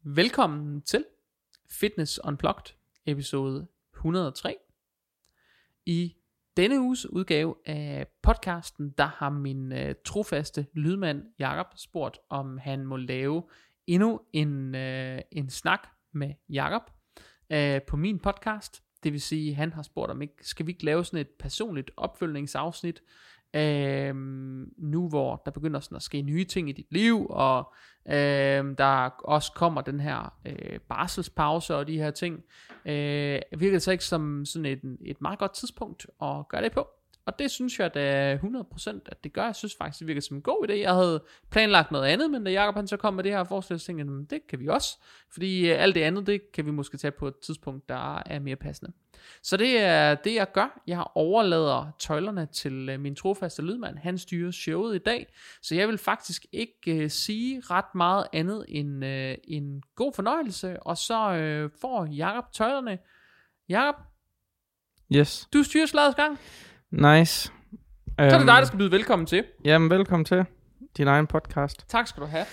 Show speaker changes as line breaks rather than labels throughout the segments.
Velkommen til Fitness Unplugged, episode 103. I denne uges udgave af podcasten, der har min trofaste lydmand Jakob spurgt, om han må lave endnu en snak med Jakob på min podcast. Det vil sige, han har spurgt, om skal vi ikke lave sådan et personligt opfølgningsafsnit, nu hvor der begynder sådan at ske nye ting i dit liv, og der også kommer den her barselspause og de her ting, virker det så ikke som sådan et meget godt tidspunkt at gøre det på. Og det synes jeg da 100% at det gør. Jeg synes faktisk det virker som en god idé. Jeg havde planlagt noget andet, men da Jacob han så kom med det her forslag, så tænkte jeg, det kan vi også. Fordi alt det andet, det kan vi måske tage på et tidspunkt, der er mere passende. Så det er det jeg gør. Jeg overlader tøjlerne til min trofaste lydmand. Han styrer showet i dag. Så jeg vil faktisk ikke sige ret meget andet end en god fornøjelse. Og så får Jacob tøjlerne. Jacob?
Yes.
Du styrer slagets gang.
Nice.
Så er det dig, der skal byde velkommen til.
Jamen, velkommen til din egen podcast.
Tak skal du have.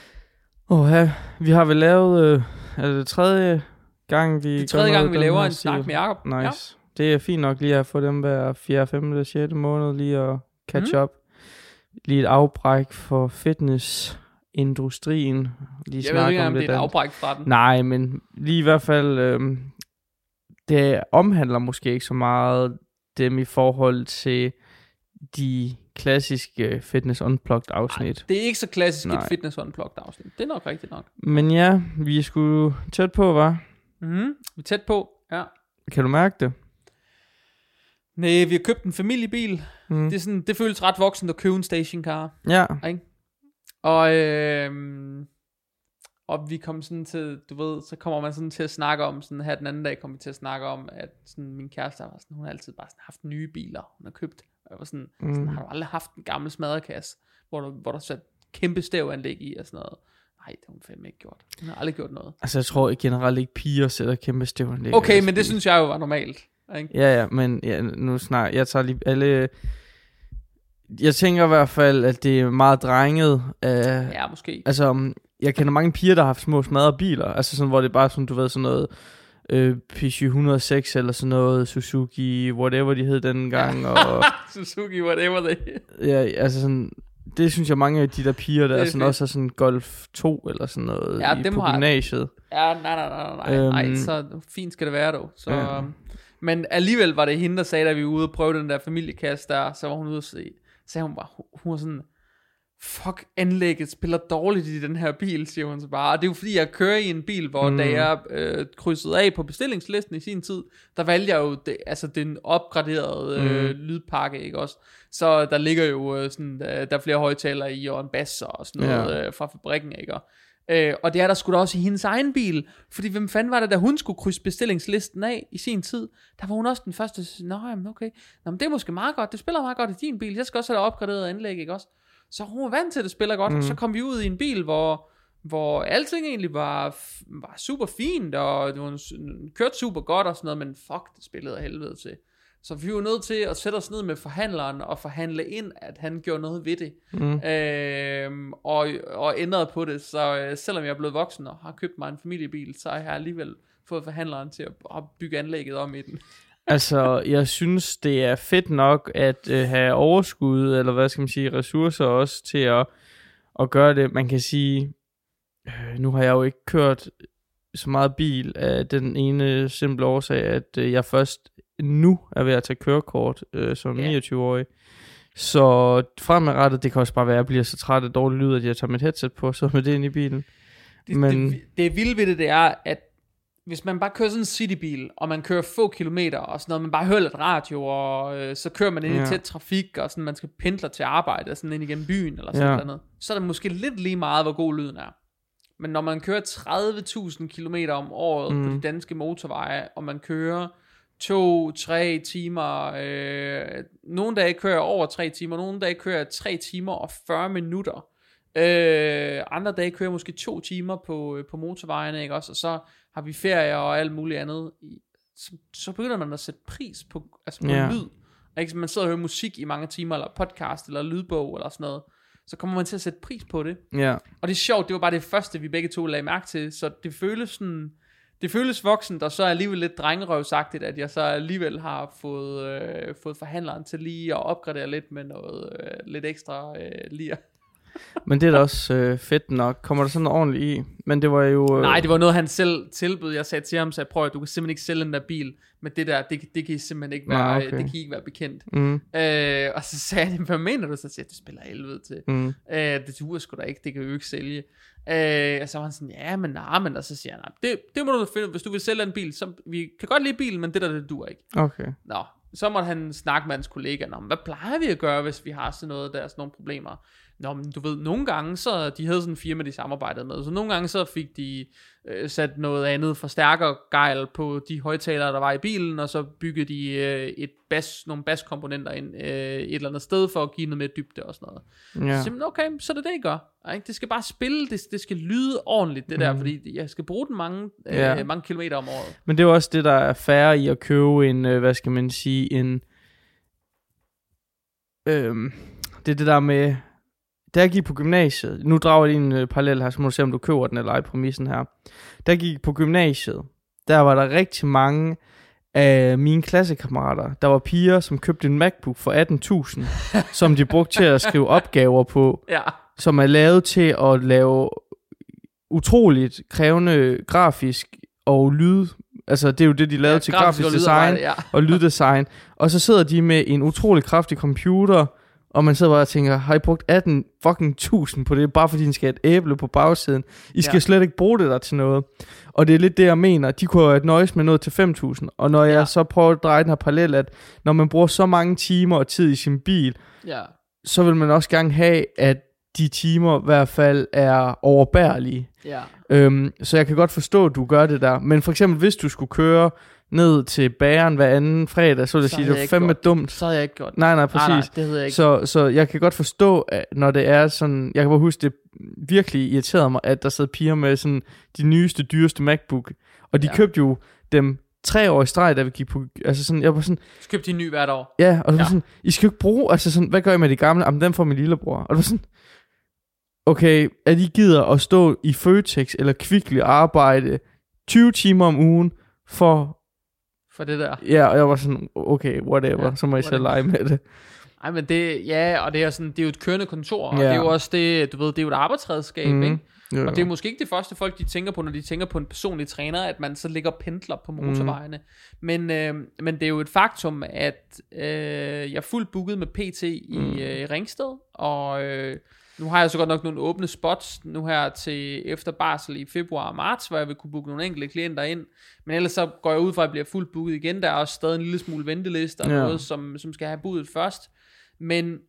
Vi har vel lavet, er det tredje gang, vi
laver en snak med Jacob.
Nice. Ja. Det er fint nok lige at få dem hver 4., 5., 6. måned lige at catch up. Lige et afbræk for fitnessindustrien.
Jeg ved ikke, om det er et afbræk fra den.
Nej, men lige i hvert fald, det omhandler måske ikke så meget dem i forhold til de klassiske Fitness Unplugged afsnit.
Det er ikke så klassisk et Fitness Unplugged afsnit. Det er nok rigtigt nok.
Men ja, vi er sgu tæt på, hva'?
Vi er tæt på, ja.
Kan du mærke det?
Nej, vi har købt en familiebil. Det er sådan, det føles ret voksen at købe en stationcar.
Ja.
Ikke? Og vi kom sådan til, du ved, så kommer man sådan til at snakke om, sådan her den anden dag kom vi til at snakke om, at sådan min kæreste var sådan, hun har altid bare sådan haft nye biler, hun har købt. Og jeg var sådan, har du aldrig haft en gammel smadrekasse, hvor der sat kæmpe stævanlæg i og sådan noget? Nej, det har hun fandme ikke gjort. Hun har aldrig gjort noget.
Altså jeg tror generelt ikke piger sætter kæmpe stævanlæg.
Okay, men det synes jeg jo var normalt. Ikke?
Ja, men nu snart, jeg tager lige alle... Jeg tænker i hvert fald, at det er meget drenget.
Ja, måske.
Altså, jeg kender mange piger, der har haft små smadrede biler. Altså sådan, hvor det er bare sådan, du ved, sådan noget Peugeot 106 eller sådan noget Suzuki, whatever de hed den gang. Og,
Suzuki, whatever they hed.
Ja, altså sådan, det synes jeg mange af de der piger, der er sådan også har sådan Golf 2 eller sådan noget på gymnasiet.
Ja, nej, så fint skal det være dog. Så, ja. Men alligevel var det hende, der sagde, da vi var ude og prøve den der familiekasse der, så var hun ude at se, sagde hun bare, hun var sådan, fuck, anlægget spiller dårligt i den her bil, siger hun så bare. Og det er jo fordi, jeg kører i en bil, hvor da jeg krydsede af på bestillingslisten i sin tid, der valgte jeg jo den opgraderede lydpakke, ikke også? Så der ligger jo sådan, der er flere højtalere i, og en bass og sådan noget fra fabrikken, ikke? Og det er der sgu da også i hendes egen bil. Fordi hvem fanden var det, da hun skulle krydse bestillingslisten af i sin tid? Der var hun også den første. Okay. Nå, men det er måske meget godt. Det spiller meget godt i din bil. Jeg skal også have opgraderet anlæg, ikke også? Så hun var vant til, at det spiller godt. Så kom vi ud i en bil, hvor alting egentlig var super fint, og det var kørte super godt og sådan noget, men fuck, det spillede af helvede til. Så vi var nødt til at sætte os ned med forhandleren og forhandle ind, at han gjorde noget ved det. Og ændrede på det. Så selvom jeg er blevet voksen og har købt mig en familiebil, så har jeg alligevel fået forhandleren til at bygge anlægget om i den.
Altså, jeg synes, det er fedt nok at have overskud, eller hvad skal man sige, ressourcer også til at gøre det. Man kan sige, nu har jeg jo ikke kørt så meget bil af den ene simple årsag, at jeg først nu er ved at tage kørekort som 29-årig. Så fremadrettet, det kan også bare være, at jeg bliver så træt af dårlig lyd, at jeg tager mit headset på, så med det ind i bilen.
Det vilde ved det er, at hvis man bare kører sådan en citybil, og man kører få kilometer og sådan noget, man bare hører lidt radio, og så kører man ind i tæt trafik, og sådan, man skal pendle til arbejde, sådan ind igennem byen, eller sådan noget, så er det måske lidt lige meget, hvor god lyden er. Men når man kører 30.000 kilometer om året på de danske motorveje, og man kører 2-3 timer, nogle dage kører jeg over 3 timer, nogle dage kører jeg 3 timer og 40 minutter, andre dage kører jeg måske 2 timer på motorvejene, ikke også? Og så har vi ferie og alt muligt andet, så begynder man at sætte pris på, på lyd, ikke? Så man sidder og hører musik i mange timer, eller podcast, eller lydbog, eller sådan noget, så kommer man til at sætte pris på det.
Ja.
Og det er sjovt, det var bare det første, vi begge to lagde mærke til, så det føles sådan, det føles voksent, og så er alligevel lidt drengerøvsagtigt, at jeg så alligevel har fået forhandleren til lige at opgradere lidt med noget lidt ekstra lir.
Men det er da også fedt nok. Kommer der sådan noget ordentligt i? Men det var jo...
Nej, det var noget, han selv tilbød. Jeg sagde til ham, så prøv at du kan simpelthen ikke sælge den der bil. Men det der, det kan I simpelthen ikke være,
okay.
det kan I ikke være bekendt. Og så sagde han, hvad mener du? Så siger jeg, det spiller helvede til. Det duer sgu da ikke, det kan jo ikke sælge. Og så var han sådan, ja, men og så siger han, det må du finde, hvis du vil sælge en bil, så vi kan godt lide bilen, men det der, det duer ikke.
Okay.
Nå, så måtte han snakke med hans kollega, hvad plejer vi at gøre, hvis vi har sådan noget der, sådan nogle problemer? Nå, men du ved, nogle gange, så de havde sådan en firma, de samarbejdede med, så nogle gange, så fik de sat noget andet forstærkergejl på de højtalere, der var i bilen, og så byggede de nogle baskomponenter ind et eller andet sted, for at give noget mere dybde og sådan noget.
Ja.
Så simpelthen, okay, så er det det, I gør. Ikke? Det skal bare spille, det skal lyde ordentligt, det der, fordi jeg skal bruge den mange kilometer om året.
Men det er jo også det, der er fair i at købe en, hvad skal man sige, det er det der med... Da jeg gik på gymnasiet, nu drager jeg lige en parallel her, så må du se, om du køber den eller ej, præmissen her. Da jeg gik på gymnasiet, der var der rigtig mange af mine klassekammerater, der var piger, som købte en MacBook for 18.000, som de brugte til at skrive opgaver på, som er lavet til at lave utroligt krævende grafisk og lyd. Altså det er jo det, de lavede til grafisk design og lyddesign. Og så sidder de med en utrolig kraftig computer, og man sidder bare og tænker, har I brugt 18.000 på det, bare fordi den skal have et æble på bagsiden? I skal slet ikke bruge det der til noget. Og det er lidt det, jeg mener. De kunne jo nøjes med noget til 5.000. Og når jeg så prøver at dreje den her parallel, at når man bruger så mange timer og tid i sin bil, så vil man også gerne have, at de timer i hvert fald er overbærlige. Så jeg kan godt forstå, at du gør det der. Men for eksempel, hvis du skulle køre ned til bageren hver anden fredag, så vil jeg sige, det er fandme dumt.
Så havde jeg ikke gjort det.
Nej, præcis.
Nej, det havde jeg ikke.
Så jeg kan godt forstå, at når det er sådan, jeg kan bare huske, det virkelig irriterede mig, at der sad piger med sådan de nyeste, dyreste MacBook, og de købte jo dem 3 år i streg, da vi gik på, altså sådan, jeg var sådan...
Så købte de en ny hvert år.
Ja, og det var sådan, I skal jo ikke bruge, altså sådan, hvad gør I med de gamle? Jamen, den får min lillebror. Og det var sådan, okay, at I gider at stå i Føtex eller Kvickly og arbejde 20 timer om ugen for
det der.
Ja, og jeg var sådan, okay, whatever, så må I selv lege med det.
Ej, men det, og det er sådan, det er jo et kørende kontor, og det er jo også det, du ved, det er jo et arbejdsredskab, ikke? Ja. Og det er måske ikke det første folk, de tænker på, når de tænker på en personlig træner, at man så ligger og pendler på motorvejene. Men det er jo et faktum, at jeg er fuldt booket med PT i Ringsted, og nu har jeg så godt nok nogle åbne spots nu her til efter barsel i februar og marts, hvor jeg vil kunne booke nogle enkelte klienter ind. Men ellers så går jeg ud fra, at jeg bliver fuldt booket igen. Der er også stadig en lille smule venteliste og noget, som skal have budet først. Men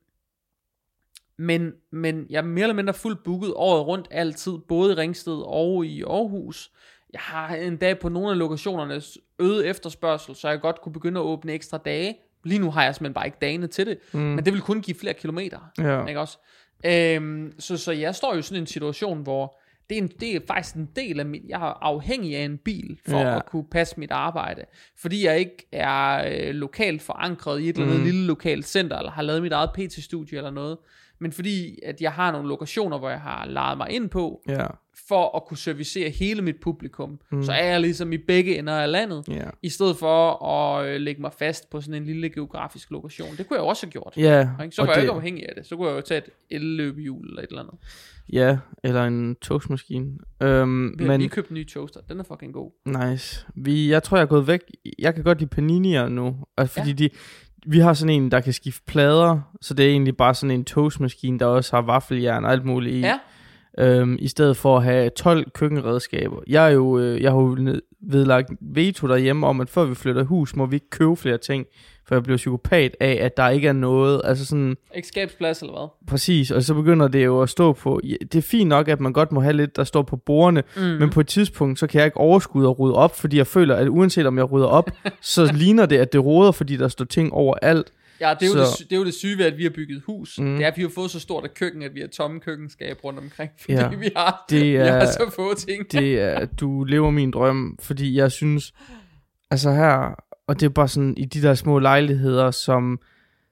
jeg er mere eller mindre fuldt booket året rundt altid, både i Ringsted og i Aarhus. Jeg har en dag på nogle af lokationernes øget efterspørgsel, så jeg godt kunne begynde at åbne ekstra dage. Lige nu har jeg simpelthen bare ikke dagene til det, men det vil kun give flere kilometer. Ikke også? Så jeg står jo i sådan en situation, hvor det er faktisk en del af jeg er afhængig af en bil for at kunne passe mit arbejde, fordi jeg ikke er lokalt forankret i et eller andet lille lokalt center, eller har lavet mit eget PT-studie eller noget, men fordi at jeg har nogle lokationer, hvor jeg har lejet mig ind på, for at kunne servicere hele mit publikum, så er jeg ligesom i begge ender af landet, i stedet for at lægge mig fast på sådan en lille geografisk lokation. Det kunne jeg også have gjort. Så var jeg ikke afhængig af det. Så kunne jeg jo tage et elløbehjul eller et eller andet.
Ja, eller en toastmaskine.
Vi har lige købt en ny toaster. Den er fucking god.
Nice. Jeg tror, jeg er gået væk. Jeg kan godt lide paninier nu. Altså, fordi vi har sådan en, der kan skifte plader. Så det er egentlig bare sådan en toastmaskine, der også har vaffeljern og alt muligt i. I stedet for at have 12 køkkenredskaber. Jeg har jo vedlagt veto derhjemme om, at før vi flytter hus, må vi ikke købe flere ting, for jeg bliver psykopat af, at der ikke er noget, altså sådan...
Ikke skabsplads eller hvad?
Præcis, og så begynder det jo at stå på... Det er fint nok, at man godt må have lidt, der står på bordene, men på et tidspunkt, så kan jeg ikke overskud at rydde op, fordi jeg føler, at uanset om jeg rydder op, så ligner det, at det roder, fordi der står ting overalt.
Ja, det er jo det syge ved, at vi har bygget hus. Det er, at vi har fået så stort et køkken, at vi har tomme køkkenskab rundt omkring, fordi vi har så få ting.
Du lever min drøm, fordi jeg synes, altså her, og det er bare sådan i de der små lejligheder, som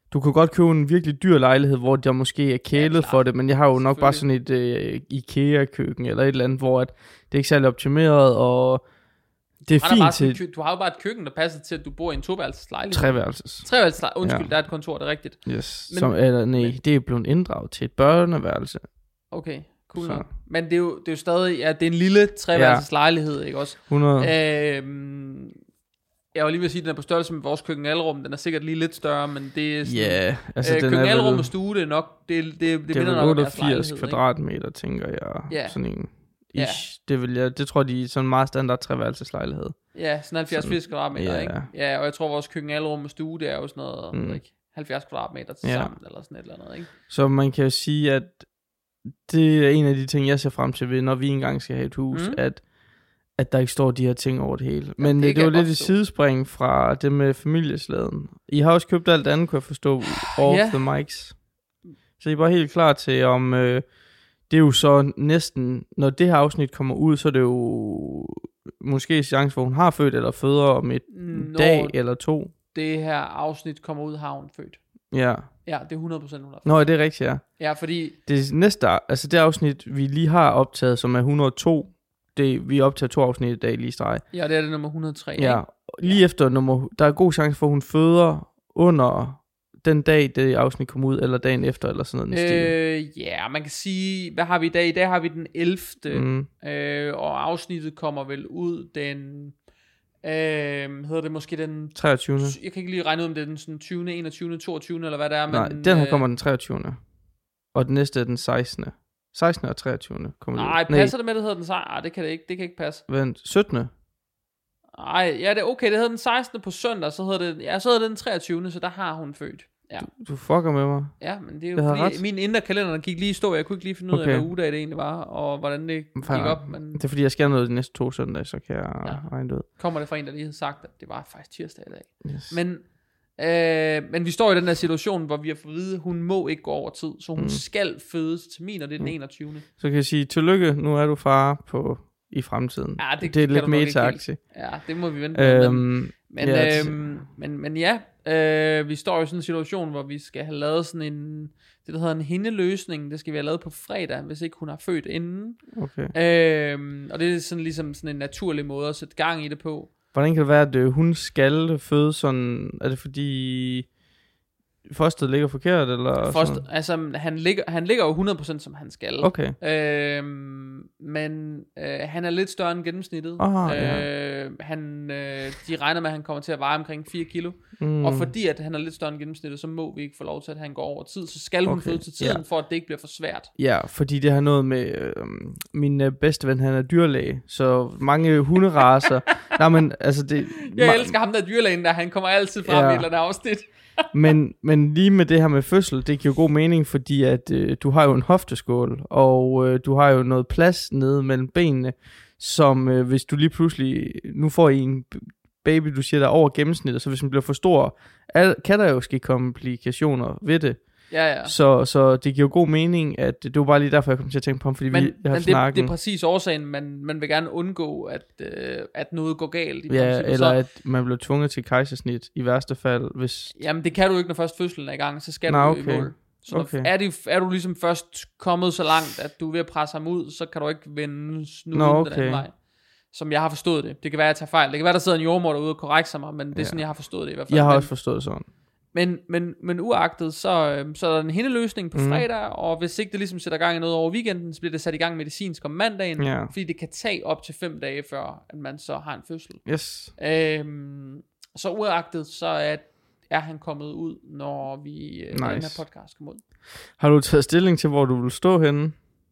Du kan godt købe en virkelig dyr lejlighed, hvor der måske er kælet for det, men jeg har jo nok bare sådan et IKEA-køkken eller et eller andet, hvor det er ikke særlig optimeret, og det er fint til...
Du har jo bare et køkken, der passer til, at du bor i en 2-værelses lejlighed.
3-værelses.
Undskyld, der er et kontor, det er rigtigt.
Yes. Det er blevet inddraget til et børneværelse.
Okay, cool. Men det er jo stadig, det er en lille 3-værelses lejlighed, ikke også?
100.
Jeg var lige ved at sige, at den er på størrelse med vores køkken-alrum. Den er sikkert lige lidt større, men det er sådan...
altså
køkken-alrum og stue, det er nok... Det minder nok om deres lejlighed.
88 kvadratmeter, tænker jeg.
Ja.
Sådan en ish. Det tror de er sådan en meget standard 3-værelses lejlighed.
Ja, sådan 70-80 kvadratmeter, ikke? Ja, og jeg tror, vores køkken-alrum og stue, det er jo sådan noget... Ikke? 70 kvadratmeter til sammen, eller sådan et eller andet, ikke?
Så man kan jo sige, at det er en af de ting, jeg ser frem til, når vi engang skal have et hus, at der ikke står de her ting over det hele. Men det var lidt et sidespring fra det med familieslæden. I har også købt alt andet, kunne jeg forstå, off the mics. Så I var helt klar til, om det er jo så næsten, når det her afsnit kommer ud, så er det jo måske chance for, hun har født eller føder om et dag eller 2.
Det her afsnit kommer ud, har hun født.
Ja.
Ja, det er 100% hun har født.
Nå, det er rigtigt, ja.
Ja, fordi...
Det næste, altså det afsnit, vi lige har optaget, som er 102, vi optager 2 afsnit i dag lige i streg.
Ja, det er det nummer 103.
Ja, lige efter der er god chance for, at hun føder under den dag, det afsnit kommer ud, eller dagen efter, eller sådan noget.
Ja, man kan sige, hvad har vi i dag? I dag har vi den 11. Og afsnittet kommer vel ud den... hedder det måske den
23.
Jeg kan ikke lige regne ud, om det er den sådan 20., 21., 22. eller hvad det er.
Nej, den her kommer den 23. Og den næste er den 16. 16. og 23. kommer
Nej, passer det med, det hedder den 16. Nej, det kan det ikke. Det kan ikke passe.
Vent, 17.
Nej, ja, det er okay. Det hedder den 16. på søndag, så hedder det den 23. Så der har hun født. Ja.
Du fucker med mig.
Ja, men det er jo fordi, min indre kalender, der gik lige i stå. Jeg kunne ikke lige finde ud af, hvad ugedag det egentlig var, og hvordan det gik op. Men...
Det er fordi, jeg skal noget de næste 2 søndage, så kan jeg regne det ud.
Kommer det fra en, der lige havde sagt, at det var faktisk tirsdag i dag.
Yes.
Men vi står i den her situation, hvor vi har fået at vide, at hun må ikke gå over tid, så hun skal fødes til termin, og det er den 21. Så
kan jeg sige, tillykke, nu er du far i fremtiden.
Ja,
det er lidt meta-aktie.
Ja, det må vi vente på. Men vi står i sådan en situation, hvor vi skal have lavet sådan det der hedder en hindeløsning. Det skal vi have lavet på fredag, hvis ikke hun har født inden.
Okay.
Og det er sådan ligesom sådan en naturlig måde at sætte gang i det på.
Hvordan kan det være, at hun skal føde sådan? Er det fordi fosteret ligger forkert, eller?
Altså, han ligger jo 100% som han skal.
Okay.
Men han er lidt større end gennemsnittet. De regner med, at han kommer til at veje omkring 4 kilo. Og fordi at han er lidt større end gennemsnittet, så må vi ikke få lov til, at han går over tid. Så skal hun føde til tiden, for at det ikke bliver for svært.
Ja, fordi det har noget med min bedste ven, han er dyrlæge, så mange hunderacer. Nej, men altså det.
Jeg elsker ham der dyrlægen, der han kommer altid frem i et eller andet afsnit.
men lige med det her med fødsel, det giver god mening, fordi at du har jo en hofteskål, og du har jo noget plads nede mellem benene, som hvis du lige pludselig, nu får I en baby, du siger der over gennemsnittet, så hvis den bliver for stor, kan der jo ske komplikationer ved det.
Ja.
Så det giver god mening, at det var bare lige derfor, jeg kom til at tænke på ham, fordi vi har snakket.
Det er præcis årsagen, man vil gerne undgå, at noget går galt.
Eller at man bliver tvunget til kejsersnit, i værste fald, hvis...
Jamen, det kan du ikke, når først fødslen er i gang, så skal du i mål. Så er du ligesom først kommet så langt, at du er ved at presse ham ud, så kan du ikke vende snuden den anden vej. Som jeg har forstået det. Det kan være, at jeg tager fejl. Det kan være, der sidder en jordmor derude og korrekser mig, men det er sådan, jeg har forstået det i hvert fald.
Jeg har også forstået sådan.
Men uagtet, så er der en hindeløsning på fredag, og hvis ikke det ligesom sætter gang i noget over weekenden, så bliver det sat i gang medicinsk om mandagen, fordi det kan tage op til 5 dage før, at man så har en fødsel.
Yes.
Så uagtet, så er han kommet ud, når når den her podcast kommer ud.
Har du taget stilling til, hvor du vil stå henne?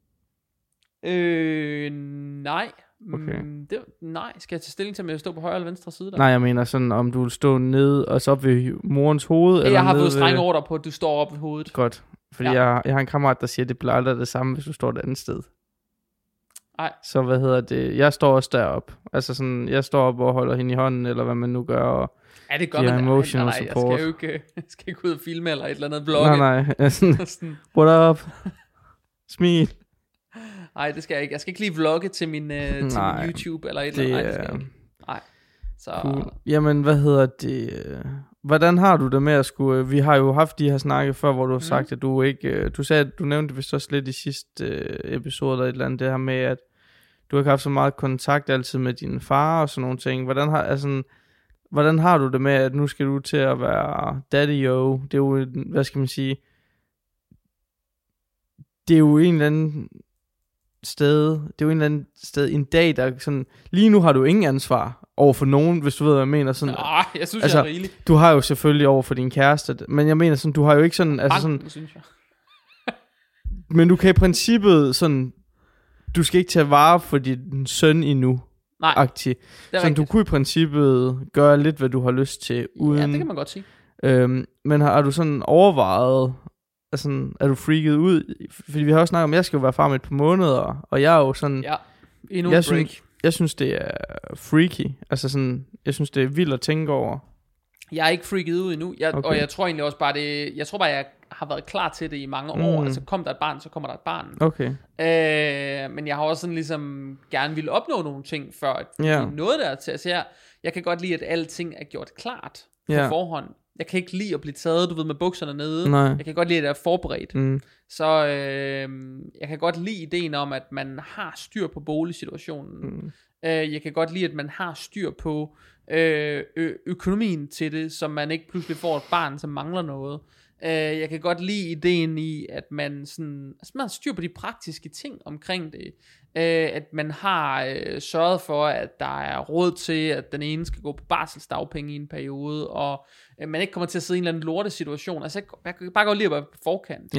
Nej.
Okay.
Nej, skal jeg tage stilling til, om jeg vil stå på højre eller venstre side der?
Nej, jeg mener sådan, om du vil stå nede og så op ved morens hoved. Eller
jeg har fået strenge ordre på, at du står op ved hovedet.
Godt, fordi jeg har en kammerat, der siger, at det bliver aldrig det samme, hvis du står et andet sted.
Nej.
Så jeg står også derop. Altså sådan, jeg står op og holder hende i hånden, eller hvad man nu gør, og
ja, det gør man.
Emotional support.
Jeg skal ikke ud og filme eller et eller andet vlogge.
Nej. Sådan, what up? Smil.
Nej, det skal jeg ikke. Jeg skal ikke lige vlogge til min YouTube eller et eller andet. Nej. Så
cool. Jamen, hvad hedder det? Hvordan har du det med at skulle... Vi har jo haft de her snakke før, hvor du har sagt, at du ikke... Du sagde, at du nævnte vist også lidt i sidste episode, eller et eller andet, det her med, at du ikke har haft så meget kontakt altid med din far og sådan nogle ting. Hvordan har du det med, at nu skal du til at være daddy-o? Det er jo, hvad skal man sige... Det er jo en eller anden sted, en dag, der sådan... Lige nu har du ingen ansvar over for nogen, hvis du ved, hvad jeg mener. Sådan,
jeg synes, jeg er rigeligt.
Du har jo selvfølgelig over for din kæreste, men jeg mener sådan, du har jo ikke sådan... Altså sådan
synes jeg.
men du kan i princippet sådan... Du skal ikke tage vare for din søn endnu.
Nej,
aktiv. Så du kunne i princippet gøre lidt, hvad du har lyst til, uden...
Ja, det kan man godt sige.
Men har du sådan overvejet... Altså, er du freaket ud? Fordi vi har også snakket om, at jeg skal jo være far med et par måneder, og jeg er jo sådan...
Ja, endnu en break.
Jeg synes, det er freaky. Altså sådan, jeg synes, det er vildt at tænke over.
Jeg er ikke freaket ud endnu, okay. Og jeg tror egentlig også bare, jeg har været klar til det i mange år. Altså, kom der et barn, så kommer der et barn.
Okay.
Men jeg har også sådan ligesom gerne ville opnå nogle ting, før noget der til. Altså, jeg kan godt lide, at alting er gjort klart på forhånd. Jeg kan ikke lide at blive taget, du ved, med bukserne nede.
Nej.
Jeg kan godt lide, at jeg er forberedt. Så jeg kan godt lide ideen om, at man har styr på boligsituationen. Jeg kan godt lide, at man har styr på økonomien til det, så man ikke pludselig får et barn, som mangler noget. Jeg kan godt lide ideen i, at man sådan, altså man har styr på de praktiske ting omkring det. At man har sørget for, at der er råd til, at den ene skal gå på barselsdagpenge i en periode, og man ikke kommer til at sidde i en eller anden lortesituation. Altså jeg kan bare godt lide at være på forkant.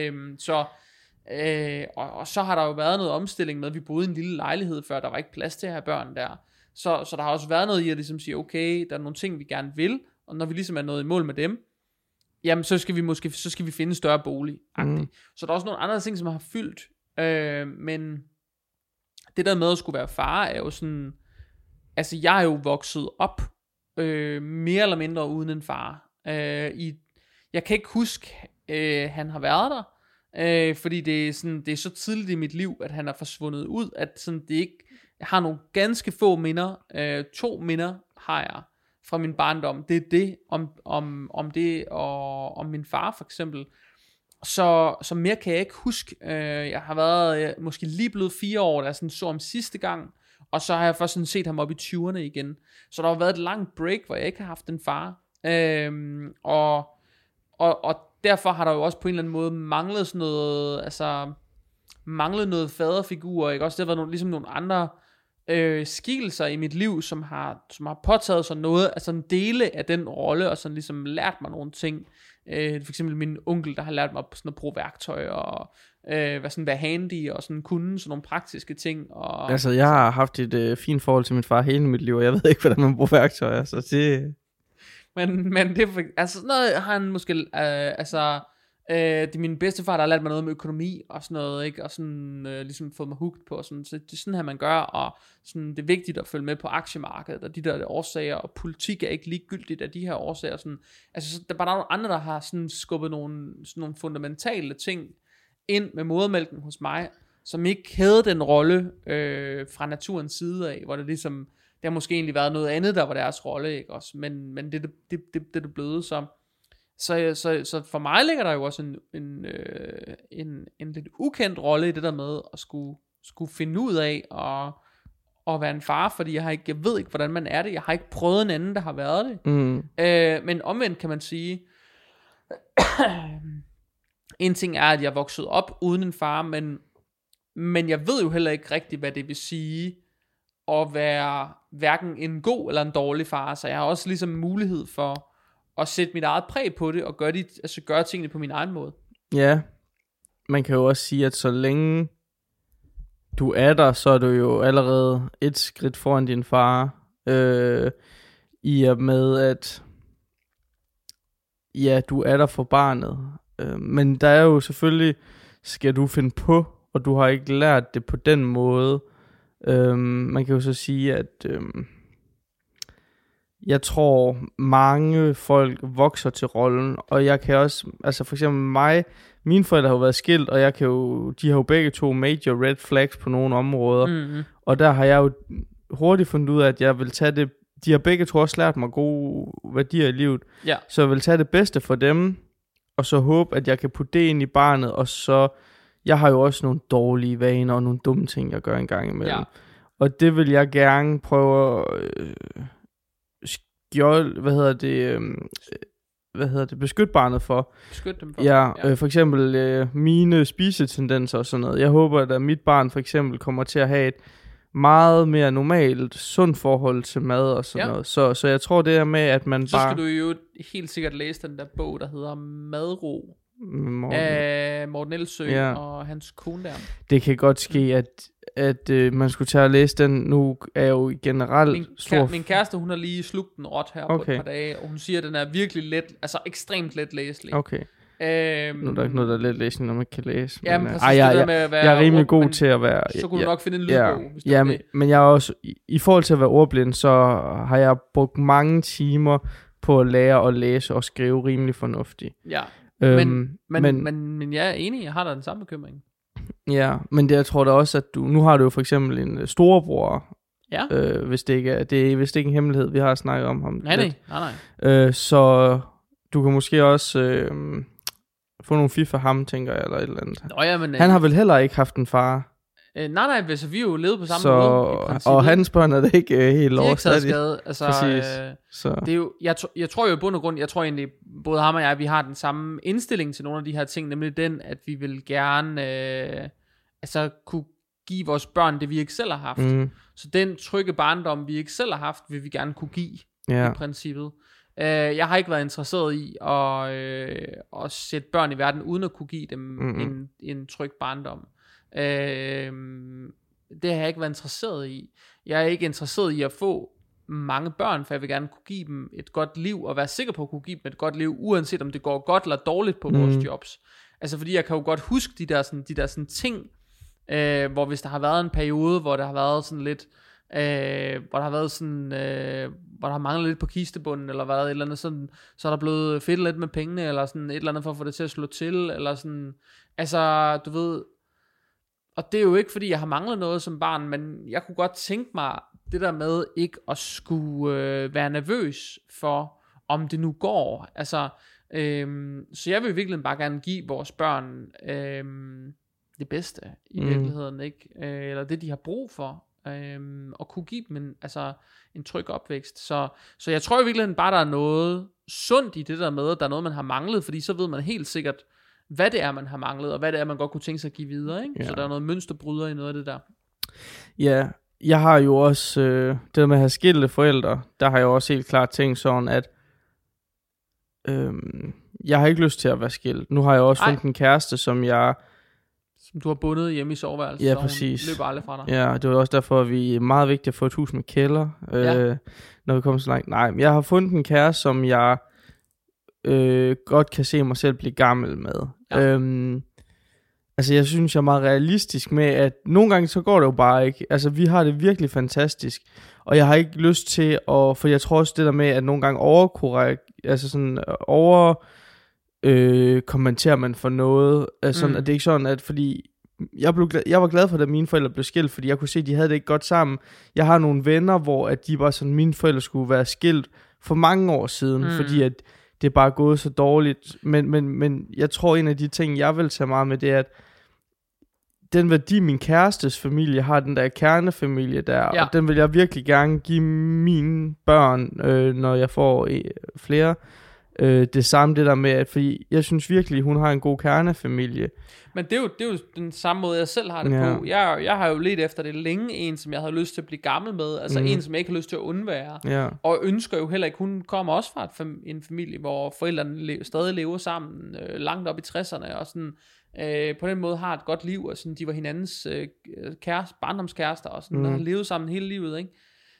Og så har der jo været noget omstilling med, at vi boede i en lille lejlighed før, der var ikke plads til at have børn der. Så der har også været noget i at ligesom sige, okay, der er nogle ting, vi gerne vil, og når vi ligesom er nået i mål med dem, jamen så skal vi finde en større bolig. Så der er også nogle andre ting, som har fyldt, men det der med at skulle være far, er jo sådan, altså jeg er jo vokset op, mere eller mindre uden en far. Jeg kan ikke huske, han har været der, fordi det er så tidligt i mit liv, at han er forsvundet ud, at sådan det ikke, jeg har nogle ganske få minder, 2 minder har jeg fra min barndom. Det er det om det og om min far for eksempel. Så mere kan jeg ikke huske. Jeg har været måske lige blevet 4 år, da jeg sådan så ham sidste gang, og så har jeg først sådan set ham op i 20'erne igen. Så der har været et langt break, hvor jeg ikke har haft en far. Og derfor har der jo også på en eller anden måde manglet sådan noget, altså manglet noget faderfigur, ikke? Også det har været ligesom nogle andre skikkelser i mit liv, som har påtaget sig noget, altså en dele af den rolle, og sådan ligesom lært mig nogle ting. For eksempel min onkel, der har lært mig sådan at bruge værktøj, og være handy, og sådan kunne sådan nogle praktiske ting. Og
altså, jeg har haft et fint forhold til min far hele mit liv, og jeg ved ikke, hvordan man bruger værktøj, altså det...
Men det er, altså sådan noget har han måske, det er min bedstefar, der har lært mig noget om økonomi og sådan noget, ikke? Og sådan ligesom fået mig hooked på, sådan, så det er sådan her man gør, og sådan, det er vigtigt at følge med på aktiemarkedet, og de der årsager, og politik er ikke ligegyldigt af de her årsager, sådan, altså der er bare nogle andre, der har sådan skubbet sådan nogle fundamentale ting ind med modermælken hos mig, som ikke havde den rolle fra naturens side af, hvor det ligesom, det har måske egentlig været noget andet, der var deres rolle, ikke også, men det er det blevet, så for mig ligger der jo også en lidt ukendt rolle i det der med at skulle finde ud af at være en far, fordi jeg ved ikke, hvordan man er det. Jeg har ikke prøvet en anden, der har været det. Men omvendt kan man sige, en ting er, at jeg er vokset op uden en far, men jeg ved jo heller ikke rigtigt, hvad det vil sige at være hverken en god eller en dårlig far, så jeg har også ligesom mulighed for at sætte mit eget præg på det, og gøre tingene på min egen måde. Ja,
man kan jo også sige, at så længe du er der, så er du jo allerede et skridt foran din far, i og med, at ja, du er der for barnet. Men der er jo selvfølgelig, skal du finde på, og du har ikke lært det på den måde. Man kan jo så sige, at jeg tror mange folk vokser til rollen, og jeg kan også, altså for eksempel mine forældre har jo været skilt, og de har jo begge to major red flags på nogle områder, og der har jeg jo hurtigt fundet ud af, at jeg vil tage det de har begge to også lært mig gode værdier i livet.
Ja.
Så jeg vil tage det bedste for dem, og så håbe, at jeg kan putte det ind i barnet, og så, jeg har jo også nogle dårlige vaner, og nogle dumme ting, jeg gør en gang imellem.
Ja.
Og det vil jeg gerne prøve at beskytte barnet for.
Beskytte dem for.
Ja, for eksempel mine spisetendenser og sådan noget. Jeg håber, at mit barn for eksempel kommer til at have et meget mere normalt, sundt forhold til mad og sådan noget. Så jeg tror det er med, at man
så
bare...
Så skal du jo helt sikkert læse den der bog, der hedder Madro. Af Morten Elsø og hans kone der.
Det kan godt ske, at man skulle tage og læse den. Nu er jeg jo generelt
min kæreste, hun har lige slugt den råt her på et par dage, og hun siger, at den er virkelig let, altså ekstremt let læselig.
Okay. Nu er der ikke noget, der er let læsning, når man ikke kan læse.
Ja, men præcis det der med at være
jeg er rimelig god til at være...
Så kunne du nok finde en lydbog. Hvis
ja, men jeg er også... I forhold til at være ordblind, så har jeg brugt mange timer på at lære at læse og skrive rimelig fornuftigt.
Ja. Men jeg er enig, jeg har da den samme bekymring.
Ja, men det, jeg tror da også, at nu har du jo for eksempel en storebror, hvis det ikke er en hemmelighed, vi har snakket om ham.
Nej.
Så du kan måske også få nogle fif af ham, tænker jeg, eller et eller andet. Han har vel heller ikke haft en far?
Nej, hvis vi jo levet på samme måde.
Og hans børn er det ikke helt
overstadigt. Det er ikke skade. Altså, det er jo, jeg tror jo i bund og grund, jeg tror egentlig, både ham og jeg, vi har den samme indstilling til nogle af de her ting, nemlig den, at vi vil gerne kunne give vores børn det, vi ikke selv har haft. Så den trygge barndom, vi ikke selv har haft, vil vi gerne kunne give, i princippet. Jeg har ikke været interesseret i at sætte børn i verden, uden at kunne give dem en tryg barndom. Det har jeg ikke været interesseret i. Jeg er ikke interesseret i at få mange børn, for jeg vil gerne kunne give dem et godt liv, og være sikker på at kunne give dem et godt liv, uanset om det går godt eller dårligt på vores jobs. Altså fordi jeg kan jo godt huske de der sådan ting, hvor hvis der har været en periode, hvor der har været sådan lidt, hvor der har været sådan, hvor der har manglet lidt på kistebunden, eller været et eller andet sådan, så er der blevet fedt lidt med pengene, eller sådan et eller andet for at få det til at slå til, eller sådan, altså du ved. Og det er jo ikke fordi jeg har manglet noget som barn, men jeg kunne godt tænke mig det der med ikke at skulle være nervøs for om det nu går. Altså så jeg vil virkelig bare gerne give vores børn det bedste i virkeligheden, ikke? Eller det de har brug for, og kunne give dem en tryg opvækst. Så jeg tror i virkeligheden bare der er noget sundt i det der med, at der er noget man har manglet, fordi så ved man helt sikkert hvad det er man har manglet, og hvad det er man godt kunne tænke sig at give videre, ikke? Så der er noget mønsterbryder i noget af det der.
Ja, jeg har jo også det der med at have skilte forældre, der har jeg også helt klart tænkt sådan, at jeg har ikke lyst til at være skilt. Nu har jeg også fundet en kæreste, som
du har bundet hjemme i soveværelset,
ja,
så
præcis.
Hun løber aldrig fra dig.
Ja, det var også derfor, at vi er meget vigtigt at få et hus med kælder, når vi kommer så langt. Nej, men jeg har fundet en kæreste, som jeg godt kan se mig selv blive gammel med. Altså jeg synes jeg er meget realistisk med at nogle gange så går det jo bare ikke. Altså vi har det virkelig fantastisk, og jeg har ikke lyst til at, for jeg tror også det der med at nogle gange kommenterer man for noget, sådan at det er ikke sådan at fordi jeg var glad for, at mine forældre blev skilt, fordi jeg kunne se, at de havde det ikke godt sammen. Jeg har nogle venner, hvor at de var sådan, mine forældre skulle være skilt for mange år siden, fordi at det er bare gået så dårligt. Men jeg tror, en af de ting, jeg vil tage meget med, det er, at den værdi, min kærestes familie har, den der kernefamilie der, og den vil jeg virkelig gerne give mine børn, når jeg får flere. Det samme det der med, at fordi jeg synes virkelig, hun har en god kernefamilie.
Men det er jo den samme måde, jeg selv har det på. Jeg har jo let efter det længe, en som jeg havde lyst til at blive gammel med, altså en som jeg ikke har lyst til at undvære, og ønsker jo heller ikke, hun kommer også fra en familie, hvor forældrene stadig lever sammen, langt op i 60'erne, og sådan, på den måde har et godt liv, og sådan, de var hinandens barndomskærester, og sådan, der har levet sammen hele livet, ikke?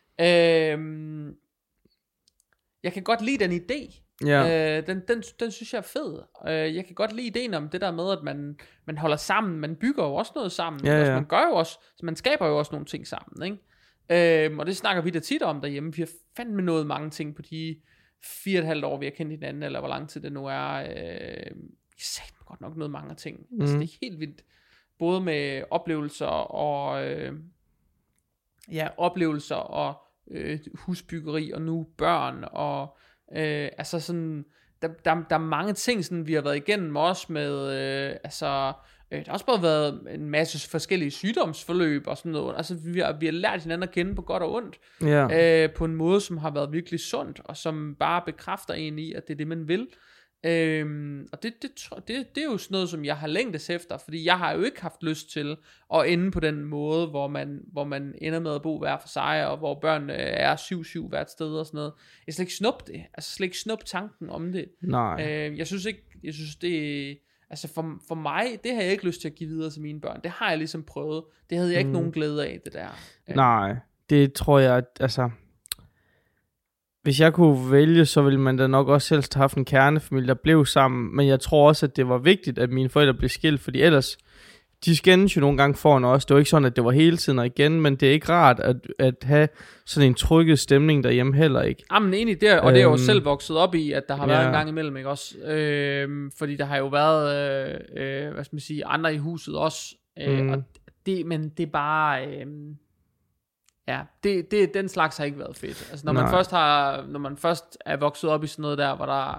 Jeg kan godt lide den idé. Den synes jeg er fed. Jeg kan godt lide ideen om det der med at man holder sammen. Man bygger jo også noget sammen. Altså, man gør jo også, så man skaber jo også nogle ting sammen, ikke? Og det snakker vi da tit om derhjemme. Vi har fandme nået mange ting på de 4,5 år vi har kendt hinanden, eller hvor lang tid det nu er. Jeg sagde godt nok noget mange ting. Altså, det er helt vildt. Både med oplevelser og husbyggeri, og nu børn, og altså sådan, der er mange ting, sådan, vi har været igennem også med, der har også bare været en masse forskellige sygdomsforløb og sådan noget. Altså vi har lært hinanden at kende på godt og ondt. På en måde, som har været virkelig sundt, og som bare bekræfter en i, at det er det, man vil. Og det er jo sådan noget, som jeg har længtes efter, fordi jeg har jo ikke haft lyst til at ende på den måde, hvor man ender med at bo hver for sig, og hvor børnene er 7-7 hvert sted og sådan noget. Jeg slet ikke snuppe det. Altså slet ikke snuppe tanken om det.
Nej.
Jeg synes det. Altså for mig, det har jeg ikke lyst til at give videre til mine børn. Det har jeg ligesom prøvet. Det havde jeg ikke nogen glæde af, det der.
Nej, det tror jeg, altså... Hvis jeg kunne vælge, så ville man da nok også helst have haft en kernefamilie, der blev sammen. Men jeg tror også, at det var vigtigt, at mine forældre blev skilt, fordi ellers... De skændes jo nogle gange foran os. Det var ikke sådan, at det var hele tiden og igen, men det er ikke rart at have sådan en trykket stemning derhjemme heller ikke.
Jamen egentlig, det er, og det er jo selv vokset op i, at der har været en gang imellem, ikke også? Fordi der har jo været, hvad skal man sige, andre i huset også. Og men det er bare... den slags har ikke været fedt. Altså når man først er vokset op i sådan noget der,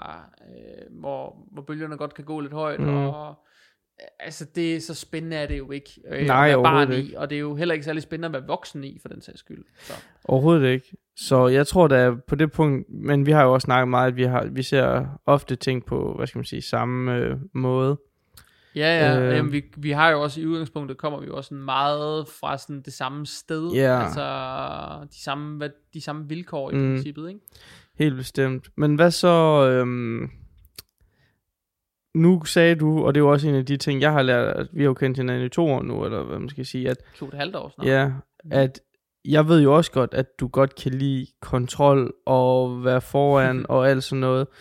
hvor bølgerne godt kan gå lidt højt, og altså det er så spændende er det jo ikke at være barn i, og det er jo heller ikke særlig spændende at være voksen i for den sags skyld. Så.
Overhovedet ikke. Så jeg tror da på det punkt, men vi har jo også snakket meget, at vi ser ofte ting på, hvad skal man sige, samme måde.
Ja. Jamen, vi har jo også i udgangspunktet, kommer vi jo også sådan meget fra sådan det samme sted, altså de samme vilkår i princippet, ikke?
Helt bestemt. Men hvad så... Nu sagde du, og det er jo også en af de ting, jeg har lært, at vi har jo kendt hinanden i 2 år nu, eller hvad man skal sige, at...
2,5 år snart.
Ja, at jeg ved jo også godt, at du godt kan lide kontrol og være foran og alt sådan noget.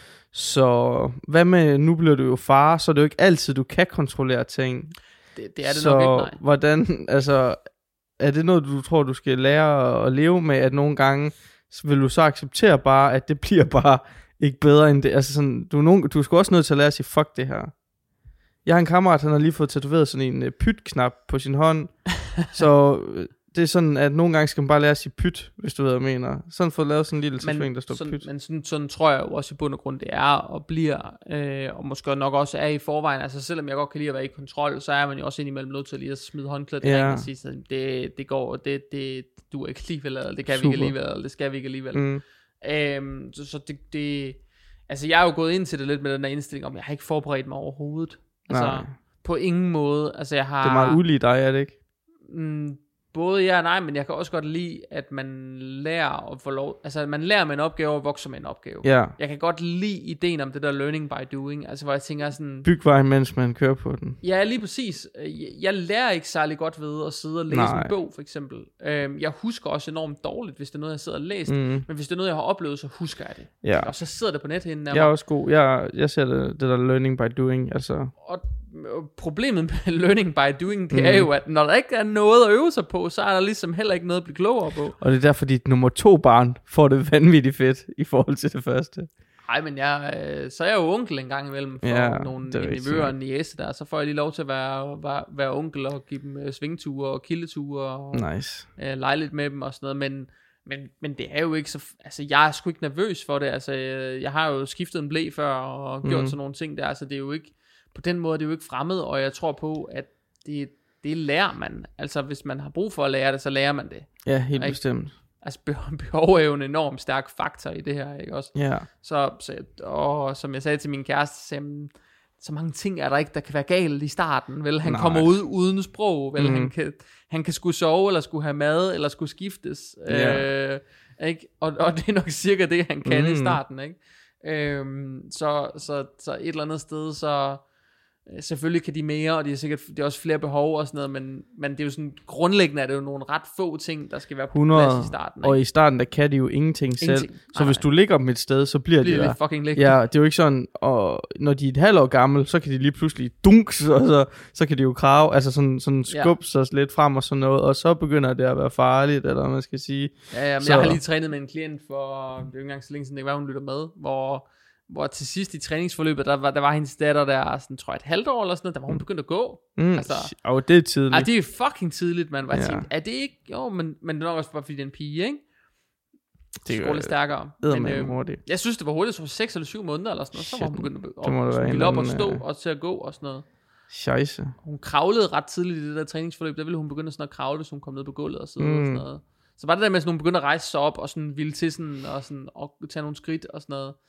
Så hvad med, nu bliver du jo far, så er det jo ikke altid, du kan kontrollere ting.
Det er det så nok ikke, nej.
Hvordan, altså, er det noget, du tror, du skal lære at leve med, at nogle gange vil du så acceptere bare, at det bliver bare ikke bedre end det? Altså sådan, du er sgu også nødt til at lære at sige, fuck det her. Jeg har en kammerat, han har lige fået tatoveret sådan en pyt-knap på sin hånd, så... Det er sådan, at nogle gange skal man bare lære at sige pyt, hvis du ved, hvad jeg mener. Sådan for at lave sådan en lille tatovering, der står pyt. Men
sådan tror jeg jo også i bund og grund, det er og bliver, og måske nok også er i forvejen. Altså selvom jeg godt kan lide at være i kontrol, så er man jo også indimellem nødt til lige at smide håndklædet og sige sådan, det går, det du er ikke alligevel, eller det kan vi ikke alligevel, eller det skal vi ikke alligevel. Så det, altså jeg er jo gået ind til det lidt med den der indstilling om, jeg har ikke forberedt mig overhovedet. Altså på ingen måde. Altså jeg har...
Det er meget ulige dig, er det ikke?
Både ja og nej, men jeg kan også godt lide, at man lærer at få lov, altså man lærer med en opgave og vokser med en opgave. Jeg kan godt lide ideen om det der learning by doing, altså hvor jeg tænker sådan...
Byg vejen, mens man kører på den.
Ja, lige præcis. Jeg lærer ikke særlig godt ved at sidde og læse en bog, for eksempel. Jeg husker også enormt dårligt, hvis det er noget, jeg sidder og læser, men hvis det er noget, jeg har oplevet, så husker jeg det. Og så sidder det på nethinden af mig.
Jeg er også god. Jeg ser det der learning by doing, altså...
Og problemet med learning by doing, det er jo, at når der ikke er noget at øve sig på, så er der ligesom heller ikke noget at blive klogere på.
Og det er derfor, dit nummer 2 barn får det vanvittigt fedt i forhold til det første.
Nej, men så er jeg jo onkel en gang imellem for nogle nevøer og niece der, så får jeg lige lov til at være onkel og give dem svingture og kildeture og lege lidt med dem og sådan noget, men det er jo ikke så, altså jeg er sgu ikke nervøs for det, altså jeg har jo skiftet en ble før og gjort sådan nogle ting der, altså det er jo ikke, på den måde det er jo ikke fremmed, og jeg tror på, at det lærer man, altså hvis man har brug for at lære det, så lærer man det.
Ja, helt bestemt.
Altså behov er jo en enormt stærk faktor i det her, ikke også?
Ja.
Og som jeg sagde til min kæreste, så mange ting er der ikke, der kan være galt i starten, vel? Han kommer ud uden sprog, vel? Han kan skulle sove, eller skulle have mad, eller skulle skiftes, ikke? Og det er nok cirka det, han kan i starten, ikke? Så et eller andet sted, så selvfølgelig kan de mere, og det er også flere behov og sådan noget, men det er jo sådan grundlæggende, er det jo nogle ret få ting, der skal være på plads i starten, ikke?
Og i starten der kan de jo ingenting selv. Så hvis du ligger dem et sted, så bliver de der.
Fucking liggende.
Ja, det er jo ikke sådan, og når de er et halvt år gammel, så kan de lige pludselig dunks, og så kan de jo krave, altså sådan skubbe sig lidt frem og sådan noget, og så begynder det at være farligt, eller hvad man skal sige.
Ja, men jeg har lige trænet med en klient for, det er jo ikke engang så længe siden, det var hun lytter med, hvor til sidst i træningsforløbet, der var hendes datter der, sådan, tror jeg, et halvt år eller sådan noget, der var hun begyndt at gå.
Altså, det er tidligt.
Det er fucking tidligt, man. Jeg tænkte, er det ikke? Jo, men det er nok også bare fordi det er en pige, ikke? Det går lidt stærkere.
Men hurtigt.
Jeg synes, det var hurtigt, så 6 eller 7 måneder eller sådan noget. Så var hun begyndt at op og stå og til at gå og sådan noget.
Scheisse.
Hun kravlede ret tidligt i det der træningsforløb. Der ville hun begynde sådan at kravle, hvis hun kom ned på gulvet og sidde og sådan noget. Så var det der med, at hun begyndte at rejse sig op og sådan ville til sådan og tage nogle skridt og sådan noget.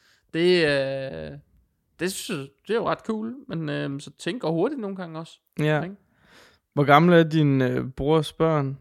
Det synes jeg, det er jo ret cool. Men så tænker hurtigt nogle gange også.
Ja. Ikke? Hvor gamle er din brors børn?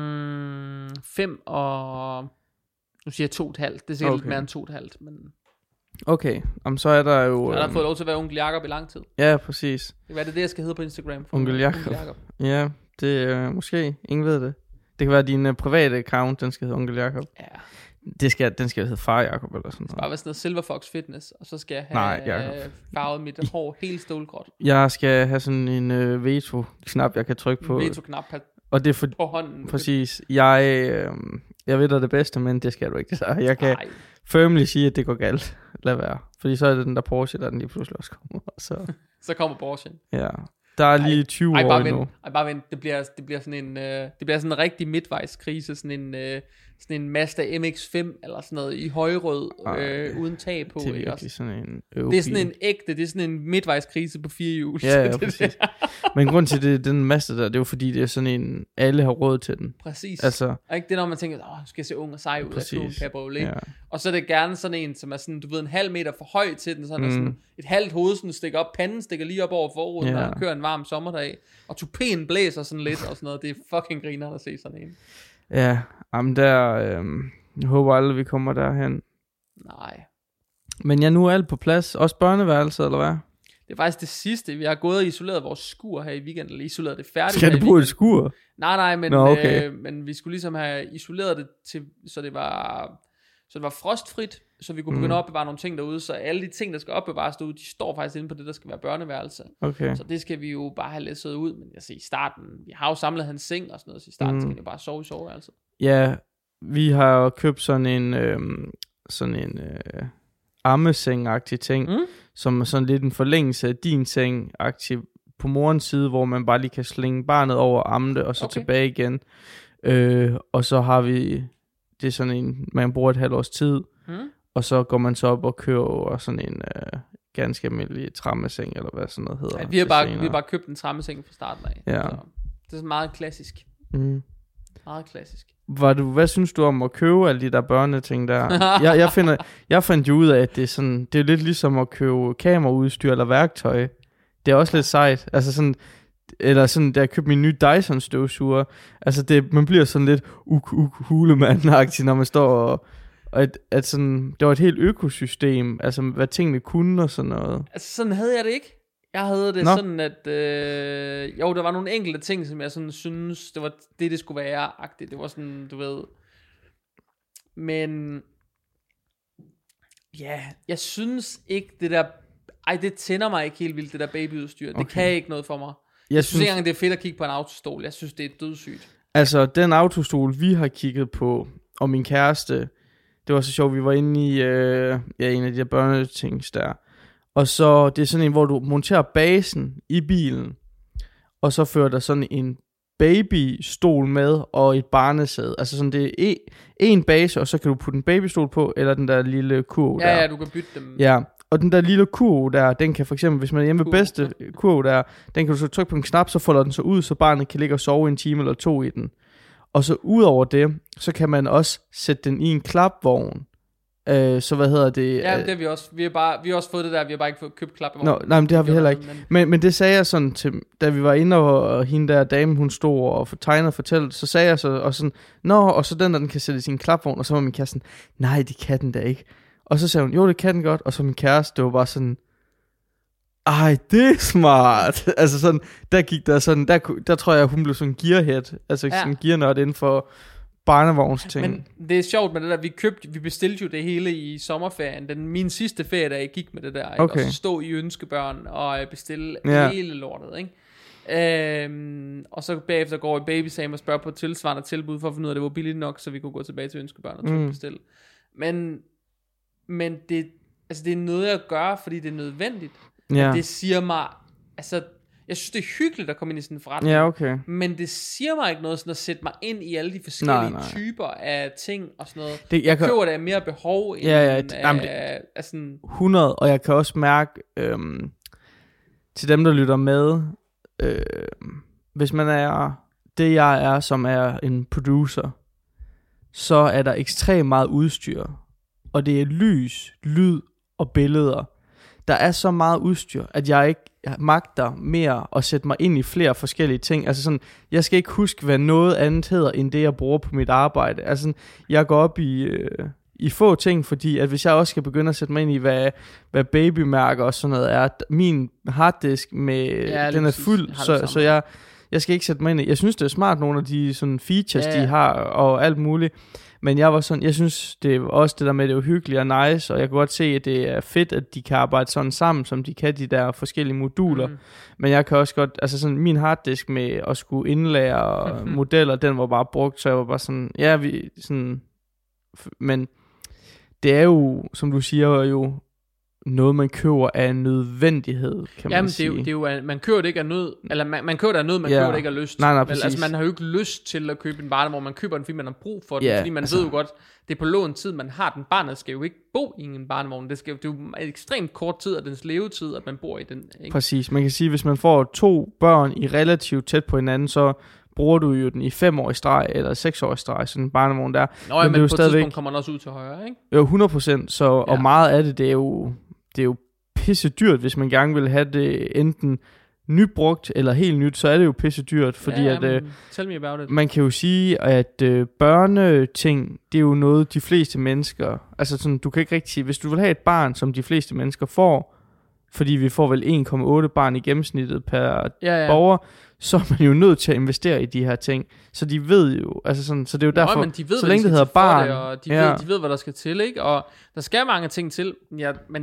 5 og... Nu siger jeg 2,5. Det er sikkert lidt mere end 2,5. Men...
Okay, så er der jo...
Jeg har fået lov til at være onkel Jakob i lang tid.
Ja, præcis.
Hvad er det, jeg skal hedde på Instagram?
Onkel Jakob. Ja, det er måske. Ingen ved det. Det kan være din private account, den skal hedde Onkel Jakob.
Ja.
Den skal hedde Far Jakob eller sådan noget.
Det skal bare være sådan noget Silver Fox Fitness, og så skal jeg have farvet mit hår helt stålgråt.
Jeg skal have sådan en veto-knap, jeg kan trykke på.
Veto-knap
og det er på hånden. Præcis. Jeg ved da det bedste, men det skal du ikke. Så jeg kan firmly sige, at det går galt. Lad være. Fordi så er det den der Porsche, der den lige pludselig også kommer.
Så kommer Porsche.
Ja. Der er lige 20 år endnu.
Bare vent. Det bliver sådan en det bliver sådan en rigtig midtvejskrise, sådan en Mazda MX-5 eller sådan noget i højrød uden tag på.
Det er virkelig sådan en
det er sådan en ægte, det er sådan en midtvejskrise på 4 hjul.
Ja, præcis. Men grund til det, den Mazda der, det er jo fordi det er sådan en, alle har råd til den.
Præcis.
Altså,
ikke det, når man tænker, skal jeg se ung og sej ud af en cabriolet. Ja. Og så er det gerne sådan en, som er sådan, du ved, 1,5 meter for høj til den, så er sådan et halvt hoved sådan stikker op, panden stikker lige op over forruden, når kører en varm sommerdag, og tupéen blæser sådan lidt og sådan noget. Det er fucking griner at se sådan en.
Ja, jamen der, jeg håber aldrig vi kommer derhen.
Nej. Men
nu er alt på plads, også børneværelset, eller hvad?
Det er faktisk det sidste. Vi har gået og isoleret vores skur her i weekenden, eller isoleret det færdigt.
Skal du bruge et skur?
Nej, men, men vi skulle ligesom have isoleret det til, så det var frostfrit, så vi kunne begynde at opbevare nogle ting derude, så alle de ting, der skal opbevares derude, de står faktisk inde på det, der skal være børneværelse.
Okay.
Så det skal vi jo bare have læsset ud, men jeg siger i starten, vi har jo samlet hans seng og sådan noget, så i starten skal vi bare sove i soveværelset.
Ja, vi har jo købt sådan en ammeseng-agtig ting, som er sådan lidt en forlængelse af din seng-agtig på morens side, hvor man bare lige kan slinge barnet over og amme det, og så tilbage igen. Og så har vi, det er sådan en, man bruger et halvt års tid, og så går man så op og kører over sådan en ganske almindelig trammeseng, eller hvad sådan noget hedder.
Ja, vi har bare købt en trammeseng fra starten af.
Ja.
Så det er sådan meget klassisk. Meget klassisk.
Hvad synes du om at købe alle de der børneting der? jeg fandt jo ud af, at det er lidt ligesom at købe kameraudstyr eller værktøj. Det er også lidt sejt. Altså sådan, eller sådan, da jeg købte min nye Dyson støvsuger, altså man bliver sådan lidt hulemand-agtig, når man står og at sådan, det var et helt økosystem, altså hvad tingene kunne og sådan noget.
Altså sådan havde jeg det ikke. Jeg havde det sådan, at der var nogle enkelte ting, som jeg sådan synes, det var det skulle være-agtigt. Det var sådan, du ved. Men ja, jeg synes ikke det der, det tænder mig ikke helt vildt, det der babyudstyr. Okay. Det kan ikke noget for mig. Jeg synes ikke engang, det er fedt at kigge på en autostol. Jeg synes, det er dødssygt. Altså,
den autostol, vi har kigget på, og min kæreste, det var så sjovt, vi var inde i en af de der børnetings der. Og så, det er sådan en, hvor du monterer basen i bilen, og så fører der sådan en babystol med, og et barnesæde. Altså sådan, det er en base, og så kan du putte en babystol på, eller den der lille kurv der.
Ja, du kan bytte dem.
Ja, og den der lille kurv der, den kan for eksempel, hvis man er hjemme ved bedste kurv der, den kan du så trykke på en knap, så folder den så ud, så barnet kan ligge og sove en time eller 2 i den. Og så ud over det, så kan man også sætte den i en klapvogn. Så hvad hedder det?
Ja, det har vi også. Vi har også fået det der. Vi har bare ikke fået købt klapvogn.
Nej, men det har vi heller ikke. Men det sagde jeg sådan til, da vi var inde, og hende der dame, hun stod og tegnede og fortalte, så sagde jeg så, og sådan, og så den der, den kan sætte i sin klapvogn, og så var min kæreste sådan, nej, det kan den da ikke. Og så sagde hun, jo, det kan den godt, og så min kæreste, det var bare sådan, ej, det er smart. Altså sådan, der gik der sådan, der tror jeg, hun blev sådan en gearhead, altså sådan en gearnørd inden for barnevognsting.
Men det er sjovt med det der, vi bestilte jo det hele i sommerferien, min sidste ferie, da jeg gik med det der, ikke?
Okay.
Og så stå i ønskebørn og bestille hele lortet, ikke? Og så bagefter går i babysam og spørger på tilsvarende tilbud, for at finde ud af, det var billigt nok, så vi kunne gå tilbage til ønskebørn og bestille. Men det er noget jeg gør, fordi det er nødvendigt. Det siger mig, altså, Jeg synes, det er hyggeligt at komme ind i sådan en forretning.
Ja, okay.
Men det siger mig ikke noget sådan at sætte mig ind i alle de forskellige typer af ting og sådan noget. Jeg køber det af mere behov end af sådan...
100, og jeg kan også mærke til dem, der lytter med, hvis man er det, jeg er, som er en producer, så er der ekstremt meget udstyr. Og det er lys, lyd og billeder. Der er så meget udstyr, at jeg ikke magter mere at sætte mig ind i flere forskellige ting. Altså sådan, jeg skal ikke huske, hvad noget andet hedder, end det jeg bruger på mit arbejde. Altså sådan, jeg går op i få ting, fordi at hvis jeg også skal begynde at sætte mig ind i, hvad babymærker og sådan noget er, min harddisk med, den er fuld, så jeg skal ikke sætte mig ind i. Jeg synes, det er smart, nogle af de sådan features, de har, og alt muligt. Men jeg var sådan, jeg synes, det er også det der med, det er uhyggeligt og nice, og jeg kan godt se, at det er fedt, at de kan arbejde sådan sammen, som de kan, de der forskellige moduler. Men jeg kan også godt, altså sådan, min harddisk med at skulle indlære modeller, den var bare brugt, så jeg var bare sådan, men det er jo, som du siger, jo noget, man køber af en nødvendighed, kan man sige.
Det er jo, man køber det ikke af nød, eller man køber det af nød, man køber det ikke af lyst.
Nej, præcis.
Altså, man har jo ikke lyst til at købe en barnevogn, man køber den, fordi man har brug for den, fordi man ved jo godt, det er på lån tid, man har den. Barnet skal jo ikke bo i en barnevogn, det er jo ekstremt kort tid af dens levetid, at man bor i den. Ikke?
Præcis, man kan sige, hvis man får 2 børn i relativt tæt på hinanden, så bruger du jo den i 5 år i streg, eller 6 år i streg, sådan en barnevogn der.
Nå, men på et tidspunkt kommer den også ud til højre, ikke?
Jo, 100%, så, og meget af det er jo pisse dyrt, hvis man gerne vil have det enten nybrugt eller helt nyt, så er det jo pisse dyrt, fordi man kan jo sige, at børneting, det er jo noget, de fleste mennesker, altså sådan, du kan ikke rigtig sige, hvis du vil have et barn, som de fleste mennesker får, fordi vi får vel 1,8 barn i gennemsnittet per borger, så er man jo nødt til at investere i de her ting. Så de ved jo, altså sådan, så det er jo derfor,
men de ved,
så længe det hedder barn,
det, og de ved, hvad der skal til, ikke? Og der skal mange ting til, men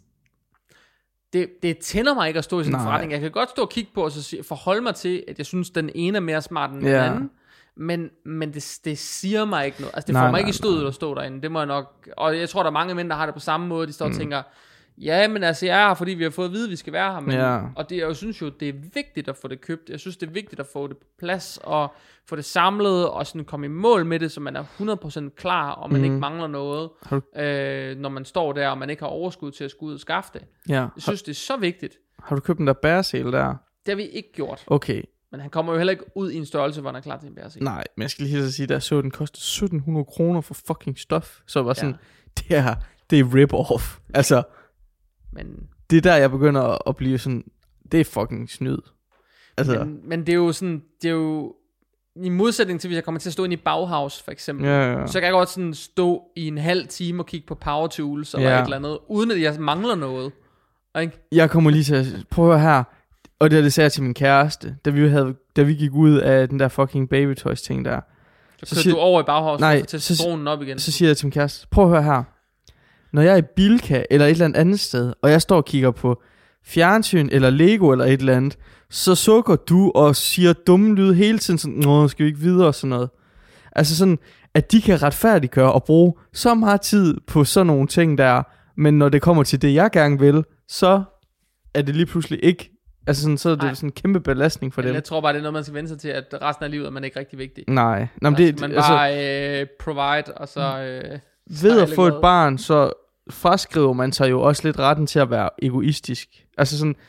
det tænder mig ikke at stå i sådan en forretning. Jeg kan godt stå og kigge på og så forholde mig til, at jeg synes, den ene er mere smart end den anden. Men det siger mig ikke noget. Altså det får mig ikke i stødet at stå derinde. Det må jeg nok. Og jeg tror, der er mange mænd, der har det på samme måde. De står og tænker, ja, men altså jeg er her, fordi vi har fået at vide, at vi skal være her. Men, og jeg synes jo, det er vigtigt at få det købt. Jeg synes, det er vigtigt at få det på plads, og få det samlet, og sådan komme i mål med det, så man er 100% klar, og man ikke mangler noget, når man står der, og man ikke har overskud til at skulle ud og skaffe det. Jeg synes, det er så vigtigt.
Har du købt den der bæresel der?
Det har vi ikke gjort.
Okay.
Men han kommer jo heller ikke ud i en størrelse, hvor han er klar til en bæresel.
Nej, men jeg skal lige sige, der så den kostede 1700 kroner for fucking stof. Så var sådan, det er rip-off. Altså, men det er der, jeg begynder at blive sådan, det er fucking snyd. Altså.
Men det er jo sådan, det er jo, i modsætning til, hvis jeg kommer til at stå ind i Bauhaus, for eksempel, så kan jeg godt sådan stå i en halv time og kigge på power tools, eller et eller andet, uden at jeg mangler noget. Ikke?
Jeg kommer lige til at prøve her, og det sagde jeg til min kæreste, da vi gik ud af den der fucking baby toys ting der.
Så kørte du over i Bauhaus, og til dronen op igen.
Så siger jeg til min kæreste, prøv at høre her. Når jeg er i Bilka eller et eller andet sted, og jeg står og kigger på fjernsyn eller Lego eller et eller andet, så sukker du og siger dumme lyde hele tiden, sådan, nå, skal vi ikke videre og sådan noget. Altså sådan, at de kan retfærdiggøre og bruge så meget tid på sådan nogle ting der, men når det kommer til det, jeg gerne vil, så er det lige pludselig ikke, altså sådan, så er det sådan en kæmpe belastning for dem.
Jeg tror bare, det er noget, man skal vende sig til, at resten af livet er man ikke rigtig vigtig.
Nej.
Nå, det, man bare provide, og så
ved at få et barn, så fraskriver man sig jo også lidt retten til at være egoistisk. Altså sådan,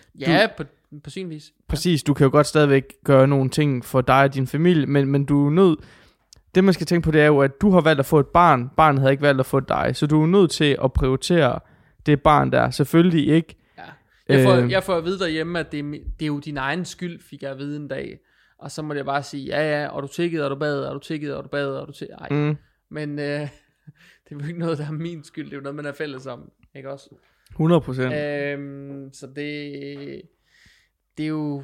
på sin vis.
Præcis, du kan jo godt stadigvæk gøre nogle ting for dig og din familie, men du er nødt, det man skal tænke på, det er jo, at du har valgt at få et barn, barnet havde ikke valgt at få dig, så du er nødt til at prioritere det barn der, selvfølgelig ikke.
Jeg får at vide derhjemme, at det er jo din egen skyld, fik jeg at vide en dag, og så må jeg bare sige, og du tikkede, og du bad, og du tikkede, og du bad, og du tikkede, men det er jo ikke noget, der er min skyld, det er jo noget, man er fælles om, ikke også?
100%.
Så det er jo,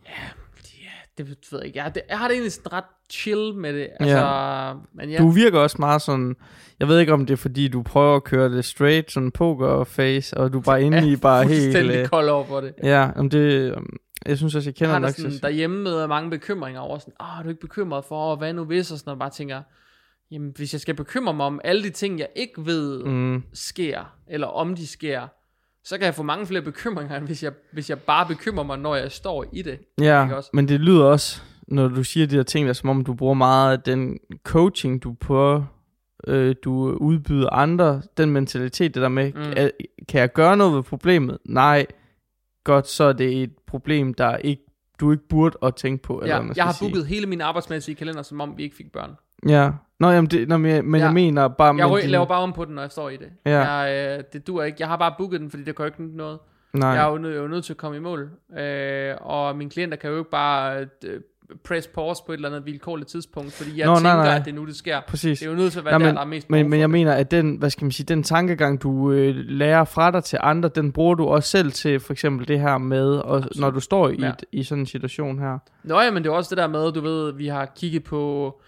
det ved jeg ikke, jeg har det egentlig sådan ret chill med det, altså, men
Du virker også meget sådan, jeg ved ikke om det er fordi, du prøver at køre det straight, sådan poker face, og du er bare inde i bare helt...
fuldstændig kold over for det.
Ja, om det... Jeg synes også, jeg kender
nok sådan, derhjemme med mange bekymringer over sådan, er du ikke bekymret for, hvad nu hvis, og sådan noget, bare tænker, jamen hvis jeg skal bekymre mig om alle de ting, jeg ikke ved sker, eller om de sker, så kan jeg få mange flere bekymringer, end hvis jeg bare bekymrer mig, når jeg står i det.
Ja,
ikke også?
men det lyder også, når du siger de her ting, der som om du bruger meget af den coaching, du udbyder andre, den mentalitet, det der med, kan jeg gøre noget ved problemet? Nej, godt, så er det et problem, du ikke burde at tænke på. Eller
Ja, jeg har booket hele min arbejdsmæssige kalender, som om vi ikke fik børn.
Ja, jeg mener bare...
Jeg laver bare om på den, når jeg står i det. Ja. Det duer ikke. Jeg har bare booket den, fordi det kan jo ikke noget.
Nej.
Jeg er jo nødt til at komme i mål. Og mine klienter kan jo ikke bare press pause på et eller andet vilkårligt tidspunkt, fordi jeg tænker, at det er nu, det sker.
Præcis.
Det er jo nødt til at være der er mest
men jeg mener, at den tankegang, du lærer fra dig til andre, den bruger du også selv til for eksempel det her med, og når du står i sådan en situation her.
Nå ja, men det er også det der med, du ved, vi har kigget på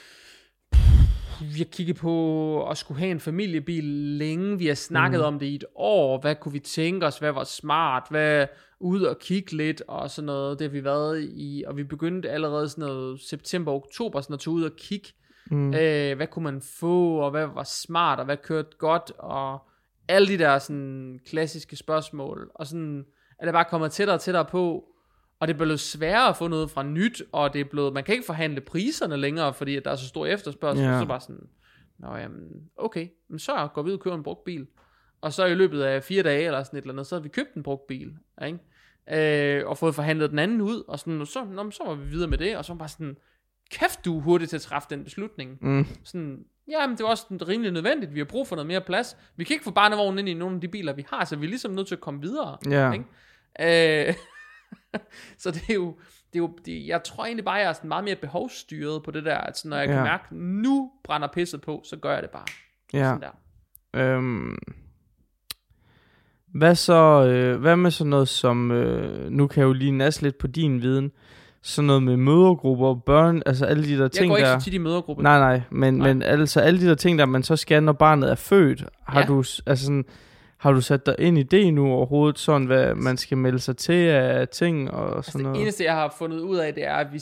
at skulle have en familiebil længe. Vi har snakket om det i et år. Hvad kunne vi tænke os? Hvad var smart? Hvad ud og kigge lidt og sådan noget. Det har vi været i. Og vi begyndte allerede sådan noget september-oktober sådan at tage ud og kigge. Hvad kunne man få? Og hvad var smart? Og hvad kørte godt? Og alle de der sådan klassiske spørgsmål. Og sådan er det bare kommet tættere og tættere på. Og det er blevet sværere at få noget fra nyt, og det er blevet, man kan ikke forhandle priserne længere, fordi at der er så stor efterspørgsel, så bare sådan, okay, men så går vi ud og køber en brugt bil. Og så i løbet af 4 dage eller sådan et eller andet, så har vi købt en brugt bil, ikke? Og fået forhandlet den anden ud, og sådan, så var vi videre med det, og så var bare sådan, kæft du er hurtigt til at træffe den beslutning. Sådan, men det var også rimelig nødvendigt, vi har brug for noget mere plads. Vi kan ikke få barnevognen ind i nogle af de biler, vi har, så vi er ligesom nødt til at komme videre. Ikke? Så det er jo jeg tror egentlig bare, jeg er sådan meget mere behovsstyret på det der, at sådan, når jeg kan mærke, nu brænder pisset på, så gør jeg det bare. Sådan der.
Hvad med sådan noget som, nu kan jeg jo lige nasse lidt på din viden, sådan noget med mødergrupper, børn, altså alle de der ting der...
Jeg går ikke så tit i mødergrupper.
Nej, men altså alle de der ting der, man så skal, når barnet er født, har du sat dig ind i det nu overhovedet, sådan hvad man skal melde sig til af ting og sådan noget?
Det eneste jeg har fundet ud af, det er, at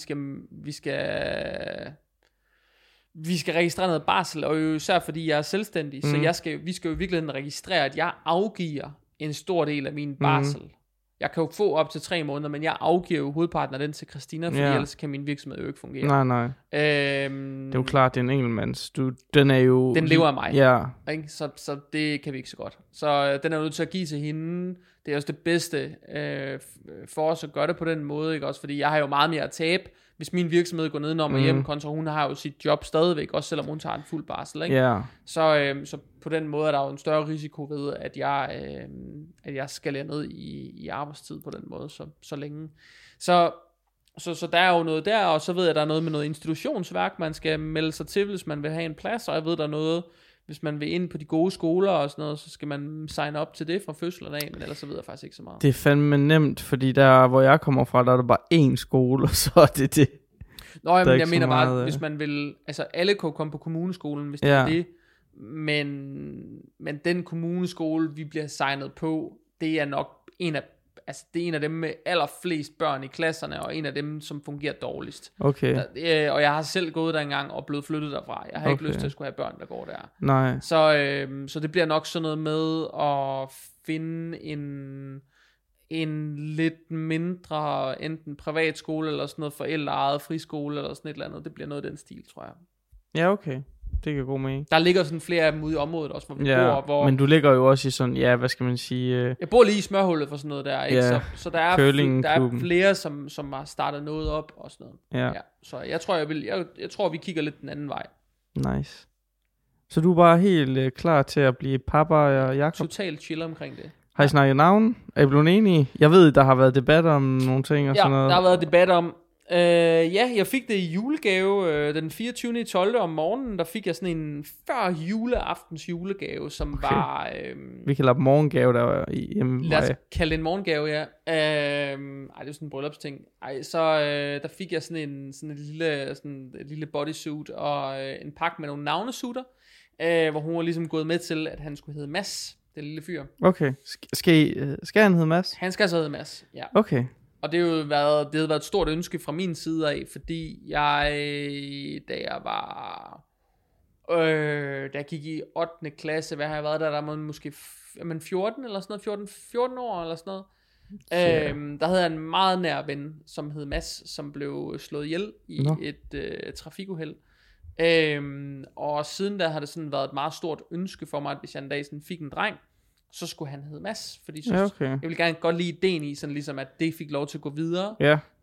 vi skal registrere noget barsel, og jo især fordi jeg er selvstændig, så vi skal jo virkelig registrere, at jeg afgiver en stor del af min barsel. Jeg kan jo få op til 3 måneder, men jeg afgiver jo hovedparten af den til Christina, fordi ellers kan min virksomhed jo ikke fungere.
Nej. Det er jo klart, det er en enkeltmands. Den
lever af mig.
Ja.
Ikke? Så det kan vi ikke så godt. Så den er jo nødt til at give til hende. Det er også det bedste for os at gøre det på den måde, ikke? Også fordi jeg har jo meget mere at tabe, hvis min virksomhed går nedenom og hjem, kontra hun har jo sit job stadigvæk, også selvom hun tager en fuld barsel, ikke?
Yeah.
Så på den måde er der jo en større risiko ved, at jeg skal ned i arbejdstid på den måde, så længe. Så der er jo noget der, og så ved jeg, at der er noget med noget institutionsværk, man skal melde sig til, hvis man vil have en plads, og jeg ved, der er noget, hvis man vil ind på de gode skoler og sådan noget, så skal man signe op til det fra fødslen af, men ellers så ved jeg faktisk ikke så meget.
Det er fandme nemt, fordi der, hvor jeg kommer fra, der er der bare én skole, og så er det det.
Nå, jamen, jeg mener bare, hvis man vil, altså alle kan komme på kommuneskolen, hvis det er det, men den kommuneskole, vi bliver signet på, det er nok det er en af dem med allerflest børn i klasserne, og en af dem, som fungerer dårligst.
Okay.
Og jeg har selv gået der engang og blevet flyttet derfra. Jeg har ikke lyst til at skulle have børn, der går der.
Nej.
Så det bliver nok sådan noget med at finde en lidt mindre, enten privatskole, eller sådan noget forældreejet friskole, eller sådan et eller andet. Det bliver noget af den stil, tror jeg.
Ja, okay. Det kan gå med.
Der ligger sådan flere af dem ude i området også, hvor vi bor. Hvor
men du ligger jo også i sådan, hvad skal man sige...
Jeg bor lige i smørhullet for sådan noget der, ikke? Så der er flere, som har startet noget op og sådan noget. Ja. Så jeg tror, vi kigger lidt den anden vej.
Nice. Så du er bare helt klar til at blive pappa og Jakob?
Totalt chill omkring det.
Har I snakket navn? Er I blevet enige? Jeg ved, der har været debat om nogle ting og sådan noget.
Der har været debat om... jeg fik det i julegave den 24.12. om morgenen. Der fik jeg sådan en før juleaftens julegave, som var
vi kalder det morgengave der hjemme.
Lad os kalde det en morgengave, ja. Det er sådan en bryllupsting. Så der fik jeg sådan et lille bodysuit og en pakke med nogle navnesutter, hvor hun var ligesom gået med til, at han skulle hedde Mads, den lille fyr. Okay.
Skal han hedde Mads?
Han skal så hedde Mads, ja.
Okay.
Og det havde været et stort ønske fra min side af, fordi da jeg var Da jeg gik i 8. klasse, hvad har jeg været der var måske 14 eller sådan noget, 14 år eller sådan noget. Der havde jeg en meget nær ven, som hed Mads, som blev slået ihjel i et trafikuheld. Og siden da har det sådan været et meget stort ønske for mig, at hvis jeg en dag sådan fik en dreng, så skulle han hedde Mads, fordi jeg ville gerne godt lide ideen i, sådan ligesom at det fik lov til at gå videre.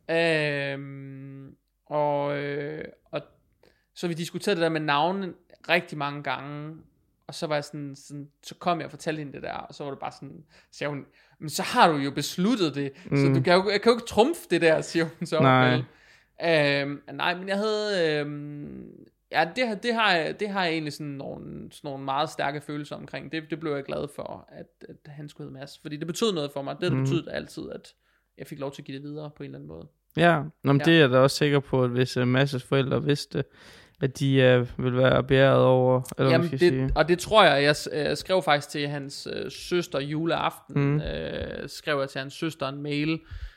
Og så vi diskuterede det der med navnen rigtig mange gange, og så var jeg sådan så kom jeg og fortalte hende det der, og så var det bare sådan, siger hun, men så har du jo besluttet det, så du kan jo ikke trumfe det der, siger hun så.
Nej.
Nej, men jeg havde, det har jeg egentlig sådan nogle meget stærke følelser omkring. Det blev jeg glad for, at han skulle hedde Mads, fordi det betød noget for mig. Det betød altid, at jeg fik lov til at give det videre på en eller anden måde.
Ja, men det er jeg da også sikker på, at hvis Mads' forældre vidste, at de vil være bæret over, eller
jamen, sige. Og det tror jeg skrev faktisk til hans søster juleaften, skrev jeg til hans søster en mail,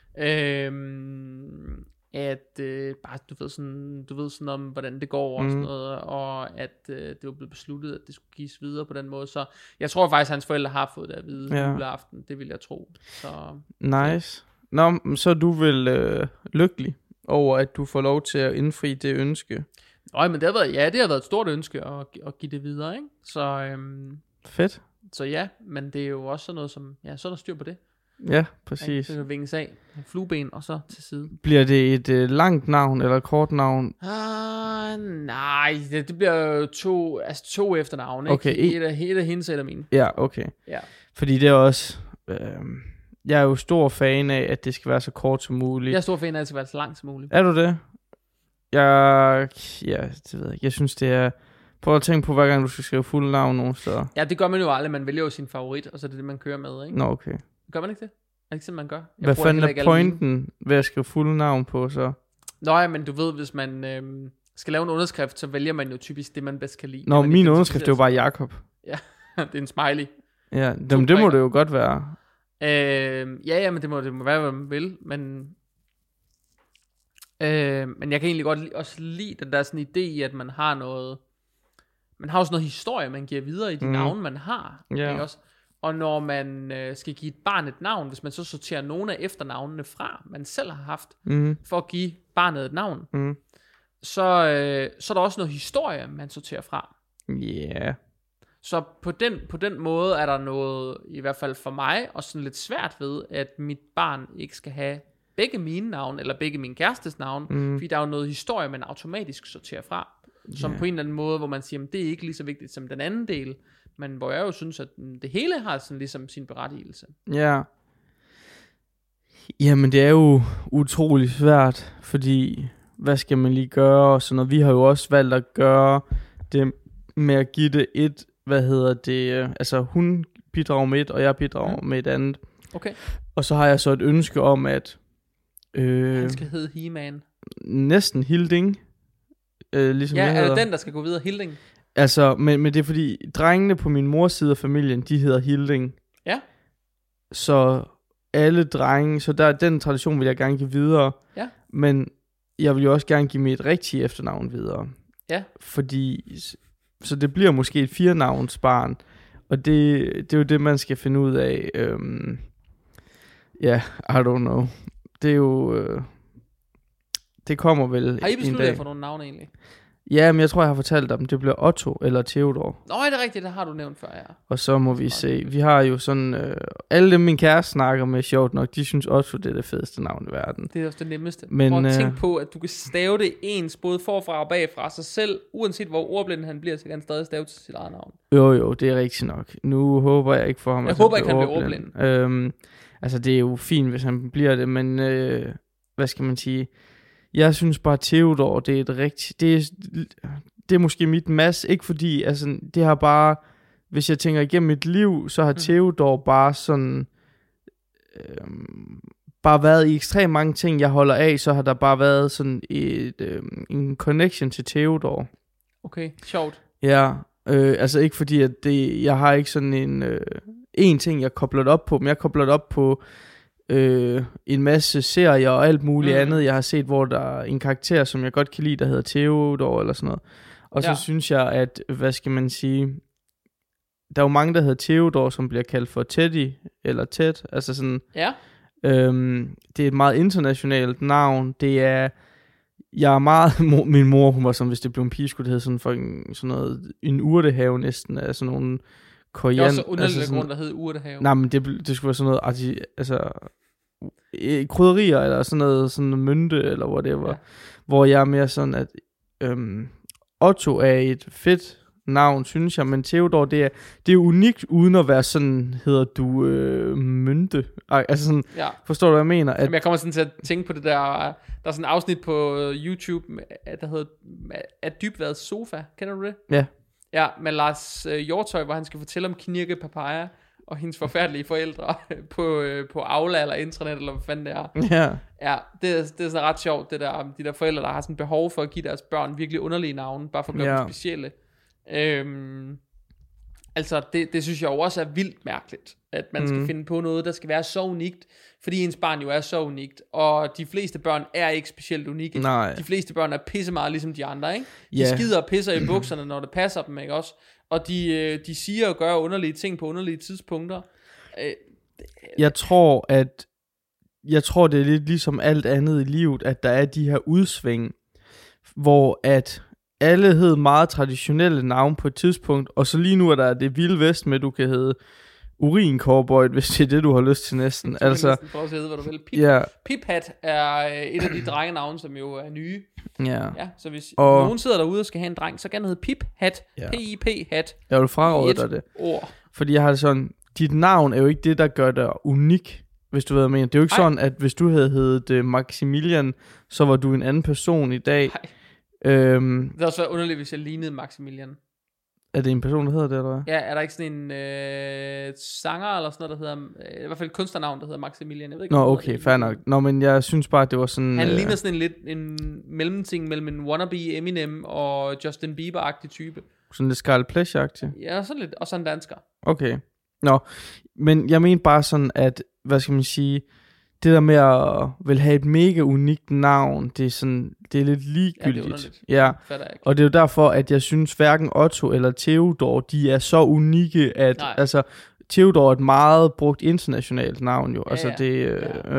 at bare du ved sådan om hvordan det går og sådan noget, og at det var blevet besluttet, at det skulle gives videre på den måde. Så jeg tror faktisk at hans forældre har fået det at vide juleaften. Det vil jeg tro. Så
nice. Nå, så er du vel lykkelig over at du får lov til at indfri det ønske.
Nej, men det har været et stort ønske at give det videre, ikke? Så
fedt.
Så ja, men det er jo også sådan noget som så er der styr på det.
Ja, præcis.
Så kan vinges af, flueben og så til side.
Bliver det et langt navn eller et kort navn?
Nej, det bliver jo to efternavn, ikke?
Okay.
Et af hendes eller min.
Ja, okay.
Ja.
Fordi det er også, jeg er jo stor fan af, at det skal være så kort som muligt.
Jeg er stor fan af, at det skal være så langt som muligt.
Er du det? Det ved jeg ikke. Jeg synes det er, prøv at tænke på hver gang du skal skrive fuld navn nogle steder.
Ja, det gør man jo aldrig. Man vælger jo sin favorit, og så er det man kører med, ikke?
Nå, okay.
Gør man ikke det? Er det ikke sådan, man gør?
Hvad fanden er pointen ved at skrive fuld navn på, så?
Nå, men du ved, hvis man skal lave en underskrift, så vælger man jo typisk det, man bedst kan lide.
Nå, min underskrift, det er jo bare Jakob.
Ja, det er en smiley.
Ja, det må det jo godt være.
Men det må være, hvad man vil, men jeg kan egentlig godt også lide den der sådan idé i, at man har noget, man har også noget historie, man giver videre i de navne, man har. Ikke også? Og når man skal give et barn et navn, hvis man så sorterer nogle af efternavnene fra, man selv har haft, for at give barnet et navn, så er der også noget historie, man sorterer fra.
Yeah.
Så på den måde er der noget, i hvert fald for mig, også sådan lidt svært ved, at mit barn ikke skal have begge mine navn, eller begge min kærestes navn, fordi der er jo noget historie, man automatisk sorterer fra, som på en eller anden måde, hvor man siger, at det er ikke lige så vigtigt som den anden del, men hvor jeg jo synes, at det hele har sådan ligesom sin berettigelse.
Ja. Jamen det er jo utrolig svært, fordi hvad skal man lige gøre og sådan noget. Vi har jo også valgt at gøre det med at give det et, altså hun bidrager med et, og jeg bidrager med et andet.
Okay.
Og så har jeg så et ønske om, at
han skal hedde He-Man.
Næsten Hilding. Ligesom
ja, er det den, der skal gå videre, Hilding?
Altså, men det er fordi, drengene på min mors side af familien, de hedder Hilding.
Ja.
Så alle drenge, så den tradition vil jeg gerne give videre.
Ja.
Men jeg vil jo også gerne give mit rigtige efternavn videre.
Ja.
Fordi, så det bliver måske et 4-navns barn. Og det er jo det, man skal finde ud af. I don't know. Det er jo, det kommer vel.
Har I besluttet jer for nogle navne egentlig?
Ja, men jeg tror, jeg har fortalt dem. Det bliver Otto eller Theodor.
Nå, det er rigtigt, det har du nævnt før, ja.
Og så må vi se. Vi har jo sådan, alle dem min kæreste snakker med, sjovt nok, de synes Otto, det er det fedeste navn i verden.
Det er også det nemmeste.
Men,
prøv at tænke på, at du kan stave det ens, både forfra og bagfra, så selv, uanset hvor ordblind han bliver, så kan han stadig stave til sit eget navn.
Jo, det er rigtigt nok. Nu håber jeg ikke for ham.
Jeg håber ikke, han bliver ordblind.
Altså, det er jo fint, hvis han bliver det, men hvad skal man sige? Jeg synes bare, Theodor, det er et rigtigt. Det er måske mit Mads, ikke fordi, altså, det har bare, hvis jeg tænker igennem mit liv, så har Theodor bare sådan, bare været i ekstremt mange ting, jeg holder af, så har der bare været sådan en connection til Theodor.
Okay, sjovt.
Ja, altså ikke fordi, at jeg har ikke sådan en ting, jeg kobler det op på, men jeg kobler det op på en masse serier og alt muligt andet, jeg har set, hvor der er en karakter, som jeg godt kan lide, der hedder Theodor eller sådan noget. Og så synes jeg, at, hvad skal man sige, der er jo mange, der hedder Theodor, som bliver kaldt for Teddy, eller Ted, altså sådan, det er et meget internationalt navn, det er, jeg er meget, min mor, hun var sådan, hvis det blev en pige, skulle det hedde sådan noget, en urtehave næsten, af sådan nogle koriander.
Det er også underligt altså grund, der hed urtehave.
Nej, men det skulle være sådan noget, altså, krydderier, eller sådan noget mynte, eller whatever, hvor jeg er mere sådan, at Otto er et fedt navn, synes jeg, men Theodor, det er unikt, uden at være sådan, hedder du mynte. Altså sådan, forstår du, hvad jeg mener?
Jamen, jeg kommer sådan til at tænke på det der er sådan et afsnit på YouTube, der hedder At Dybvads Sofa, kender du det?
Ja.
Ja, med Lars Hjortøj, hvor han skal fortælle om Knirke Papaya og hendes forfærdelige forældre på Aula eller intranet, eller hvad fanden det er. Ja, det er sådan ret sjovt, det der, de der forældre, der har sådan behov for at give deres børn virkelig underlige navne, bare for at gøre dem specielle. Altså det synes jeg jo også er vildt mærkeligt, at man skal finde på noget, der skal være så unikt, fordi ens barn jo er så unikt, og de fleste børn er ikke specielt unikke.
Nej.
De fleste børn er pisse meget ligesom de andre, ikke? De skider og pisser i bukserne, når det passer dem, ikke også? Og de siger og gør underlige ting på underlige tidspunkter.
Jeg tror, det er lidt ligesom alt andet i livet, at der er de her udsving, hvor at alle hed meget traditionelle navn på et tidspunkt, og så lige nu er der det vilde vest med, du kan hedde Urin Cowboy, hvis det er det, du har lyst til næsten. Altså,
næsten prøve at hedde, hvad du vil. Piphat er et af de drengenavne, som jo er nye. Ja, så hvis nogen sidder derude og skal have en dreng, så kan han hedde Piphat. P-I-P-hat.
Jeg vil fraråde dig det. Fordi jeg har det sådan, dit navn er jo ikke det, der gør dig unik, hvis du ved, hvad jeg mener. Det er jo ikke sådan, at hvis du havde heddet Maximilian, så var du en anden person i dag.
Nej. Det er også været underligt, hvis jeg lignede Maximilian.
Er det en person, der hedder det, eller hvad?
Ja, er der ikke sådan en sanger eller sådan noget, der hedder, i hvert fald et kunstnernavn, der hedder Maximilian? Jeg ved ikke,
okay, fair nok. Nå, men jeg synes bare, at det var sådan...
Han ligner sådan en mellemting mellem en wannabe Eminem og Justin Bieber-agtig type.
Sådan lidt Scarlet Pleasure-agtig?
Ja, sådan lidt, og sådan dansker.
Okay. Nå, men jeg mener bare sådan, at, hvad skal man sige... Det der med at vil have et mega unikt navn, det er sådan, det er lidt ligegyldigt. Ja, og det er jo derfor, at jeg synes hverken Otto eller Theodor, de er så unikke, at altså Theodor er et meget brugt internationalt navn jo. Altså det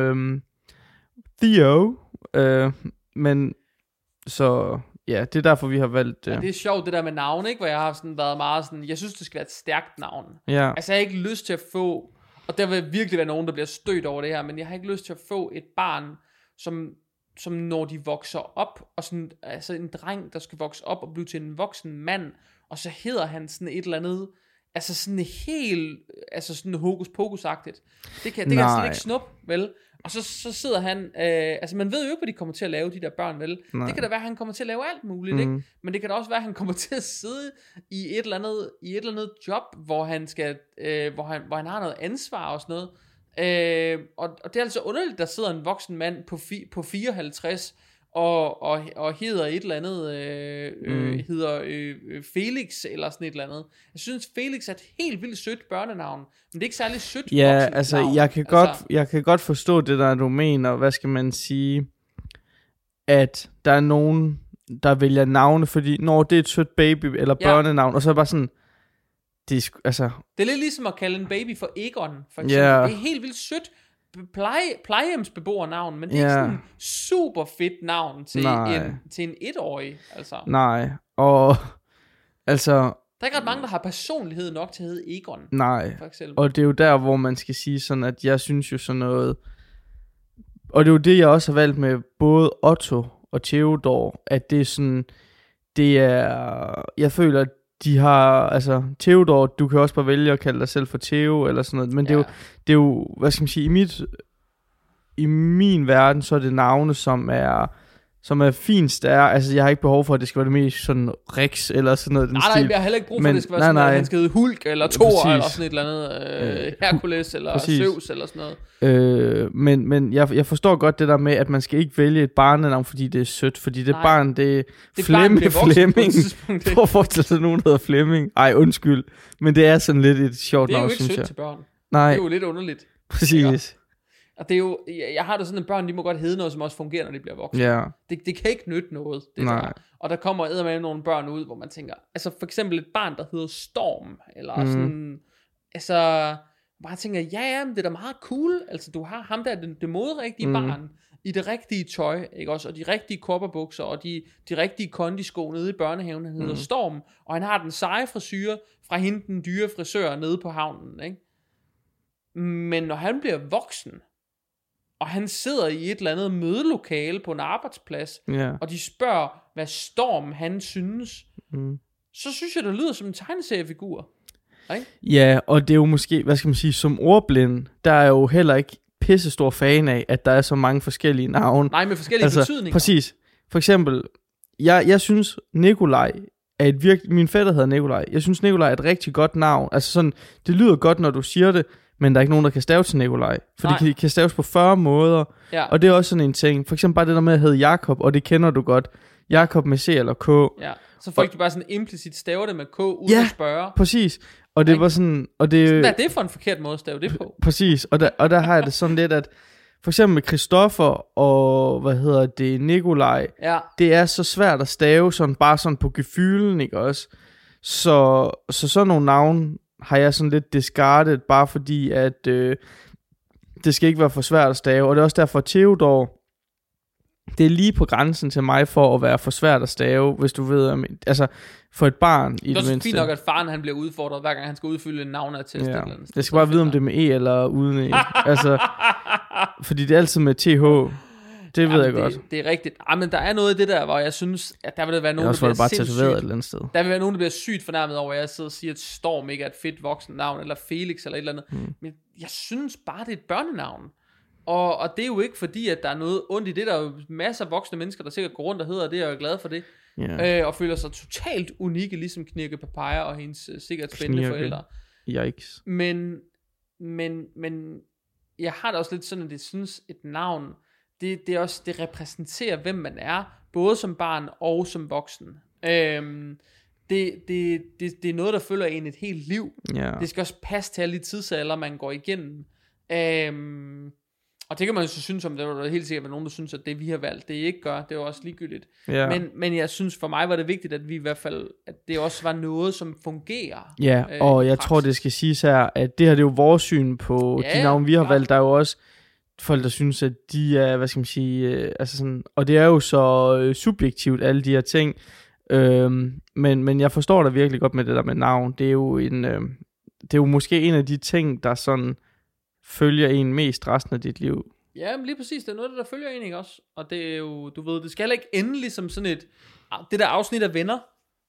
Theo, men så ja, det er derfor vi har valgt.
Ja, det er sjovt det der med navn, ikke? Hvor jeg har sådan været meget sådan, jeg synes det skal være et stærkt navn.
Ja.
Altså jeg har ikke lyst til at få. Og der vil virkelig være nogen, der bliver stødt over det her, men jeg har ikke lyst til at få et barn, som når de vokser op, og sådan, altså en dreng, der skal vokse op og blive til en voksen mand, og så hedder han sådan et eller andet, altså sådan helt, altså sådan hokus pokus-agtigt. Det kan jeg slet ikke snuppe, vel? Og så sidder han, altså man ved jo ikke, hvad de kommer til at lave, de der børn, vel? Nej. Det kan da være, at han kommer til at lave alt muligt, ikke? Men det kan da også være, at han kommer til at sidde i et eller andet job, hvor han skal, hvor han har noget ansvar og sådan noget. Og det er altså underligt, der sidder en voksen mand på 54 og hedder et eller andet hedder Felix eller sådan et eller andet. Jeg synes Felix er et helt vildt sødt børnenavn, men det er ikke særlig sødt.
Ja, altså navn. Jeg kan godt forstå det der du mener. Hvad skal man sige, at der er nogen der vælger navne, fordi når det er et sødt baby eller børnenavn, og så er det bare sådan det er
lidt ligesom at kalde en baby for Egon for eksempel. Det er helt vildt sødt plejehjemsbeboernavn, men det er ikke sådan super fedt navn til en etårig, altså.
Nej, og altså...
Der er ikke ret mange, der har personlighed nok til at hedde Egon.
Nej, for eksempel. Og det er jo der, hvor man skal sige sådan, at jeg synes jo sådan noget... Og det er jo det, jeg også har valgt med både Otto og Theodor, at det er sådan... Det er... Jeg føler, at de har, altså Theodor, du kan også bare vælge at kalde dig selv for Theo eller sådan noget, men det er jo, hvad skal man sige, i min verden, så er det navne, som er fint stærre. Altså jeg har ikke behov for, at det skal være det mest sådan Rex eller sådan noget.
Nej, jeg har heller ikke brug for, at det skal være sådan noget, at han skal hedde Hulk eller Thor eller sådan et eller andet Hercules eller Zeus eller sådan noget.
Men jeg forstår godt det der med, at man skal ikke vælge et barnenavn, fordi det er sødt, fordi det barn, det er Flemming. Prøv at forestille sig, nogen hedder Flemming. Ej, undskyld, men det er sådan lidt et sjovt navn, synes jeg.
Det er jo ikke sødt til børn.
Nej.
Det er jo lidt underligt.
Præcis.
Og det er jo, jeg har det sådan, at børn, de må godt hedde noget, som også fungerer, når de bliver voksne.
Ja.
Det kan ikke nytte noget, det der. Og der kommer eddermame nogle børn ud, hvor man tænker, altså for eksempel et barn, der hedder Storm, eller sådan, altså, bare tænker, ja, men det er da meget cool, altså du har ham der, det moderigtige barn, i det rigtige tøj, ikke også, og de rigtige kopperbukser, og de rigtige kondisko nede i børnehaven, han hedder Storm, og han har den seje frisyre fra hende, den dyre frisør nede på havnen, ikke? Men når han bliver voksen, og han sidder i et eller andet mødelokale på en arbejdsplads, og de spørger, hvad Storm han synes, så synes jeg, det lyder som en tegneseriefigur. Ikke?
Ja, og det er jo måske, hvad skal man sige, som ordblind, der er jo heller ikke pisse stor fan af, at der er så mange forskellige navne.
Nej, med forskellige betydninger.
Præcis. For eksempel, jeg synes Nikolaj er min fætter hedder Nikolaj. Jeg synes Nikolaj er et rigtig godt navn. Altså sådan, det lyder godt, når du siger det, men der er ikke nogen, der kan stave til Nikolaj. For det kan staves på 40 måder. Ja. Og det er også sådan en ting. For eksempel bare det der med at hedde Jakob, og det kender du godt. Jakob med C eller K.
Ja, så folk de bare sådan implicit staver det med K, uden at spørge.
Præcis. Og det var sådan... Og det,
hvad er det for en forkert måde at stave det på?
Præcis. Og der har jeg det sådan lidt, at for eksempel med Christoffer og, Nikolaj, det er så svært at stave sådan, bare sådan på gefylen, ikke også? Så sådan nogle navne har jeg sådan lidt discarded, bare fordi, at det skal ikke være for svært at stave. Og det er også derfor, Theodor, det er lige på grænsen til mig for at være for svært at stave, hvis du ved, altså for et barn i det mindste.
Det er fint nok, at faren han bliver udfordret, hver gang han skal udfylde en navneattest.
Ja. Jeg skal bare vide, om det er med E eller uden E. Altså, fordi det er altid med TH. Det ved jeg godt.
Det er rigtigt. Men der er noget i det der, hvor jeg synes, at der vil være nogen, der bliver sindssygt.
Et eller andet sted.
Der vil være nogen, der bliver sygt fornærmet over, at jeg sidder og siger, at Storm ikke er et fedt voksen navn, eller Felix eller et eller andet. Men jeg synes bare, det er et børnenavn. Og det er jo ikke fordi, at der er noget ondt i det. Der er jo masser af voksne mennesker, der sikkert går rundt og hedder, og det er jeg jo glad for det. Og føler sig totalt unikke, ligesom Knirke Papaya og hendes sikkert spændende forældre.
Yikes.
Men jeg har da også lidt sådan, at det synes, et navn, det repræsenterer, hvem man er, både som barn og som voksen. Det er noget, der følger en et helt liv. Det skal også passe til alle de tidsalder, man går igennem. Og det kan man jo så synes om, der var helt sikkert være nogen, der synes, at det vi har valgt, det ikke gør, det er jo også ligegyldigt. Men jeg synes, for mig var det vigtigt, at vi i hvert fald, at det også var noget, som fungerer. Ja,
og jeg tror, det skal siges her, at det her, det er jo vores syn på de navne, vi har valgt. Der er jo også folk, der synes, at de er, hvad skal man sige, altså sådan, og det er jo så subjektivt, alle de her ting. Men jeg forstår dig virkelig godt med det der med navn. Det er jo det er jo måske en af de ting, der sådan følger en mest resten af dit liv.
Ja, men lige præcis, det er noget, der følger en, ikke også? Og det er jo, du ved, det skal heller ikke ende ligesom sådan det der afsnit af Venner,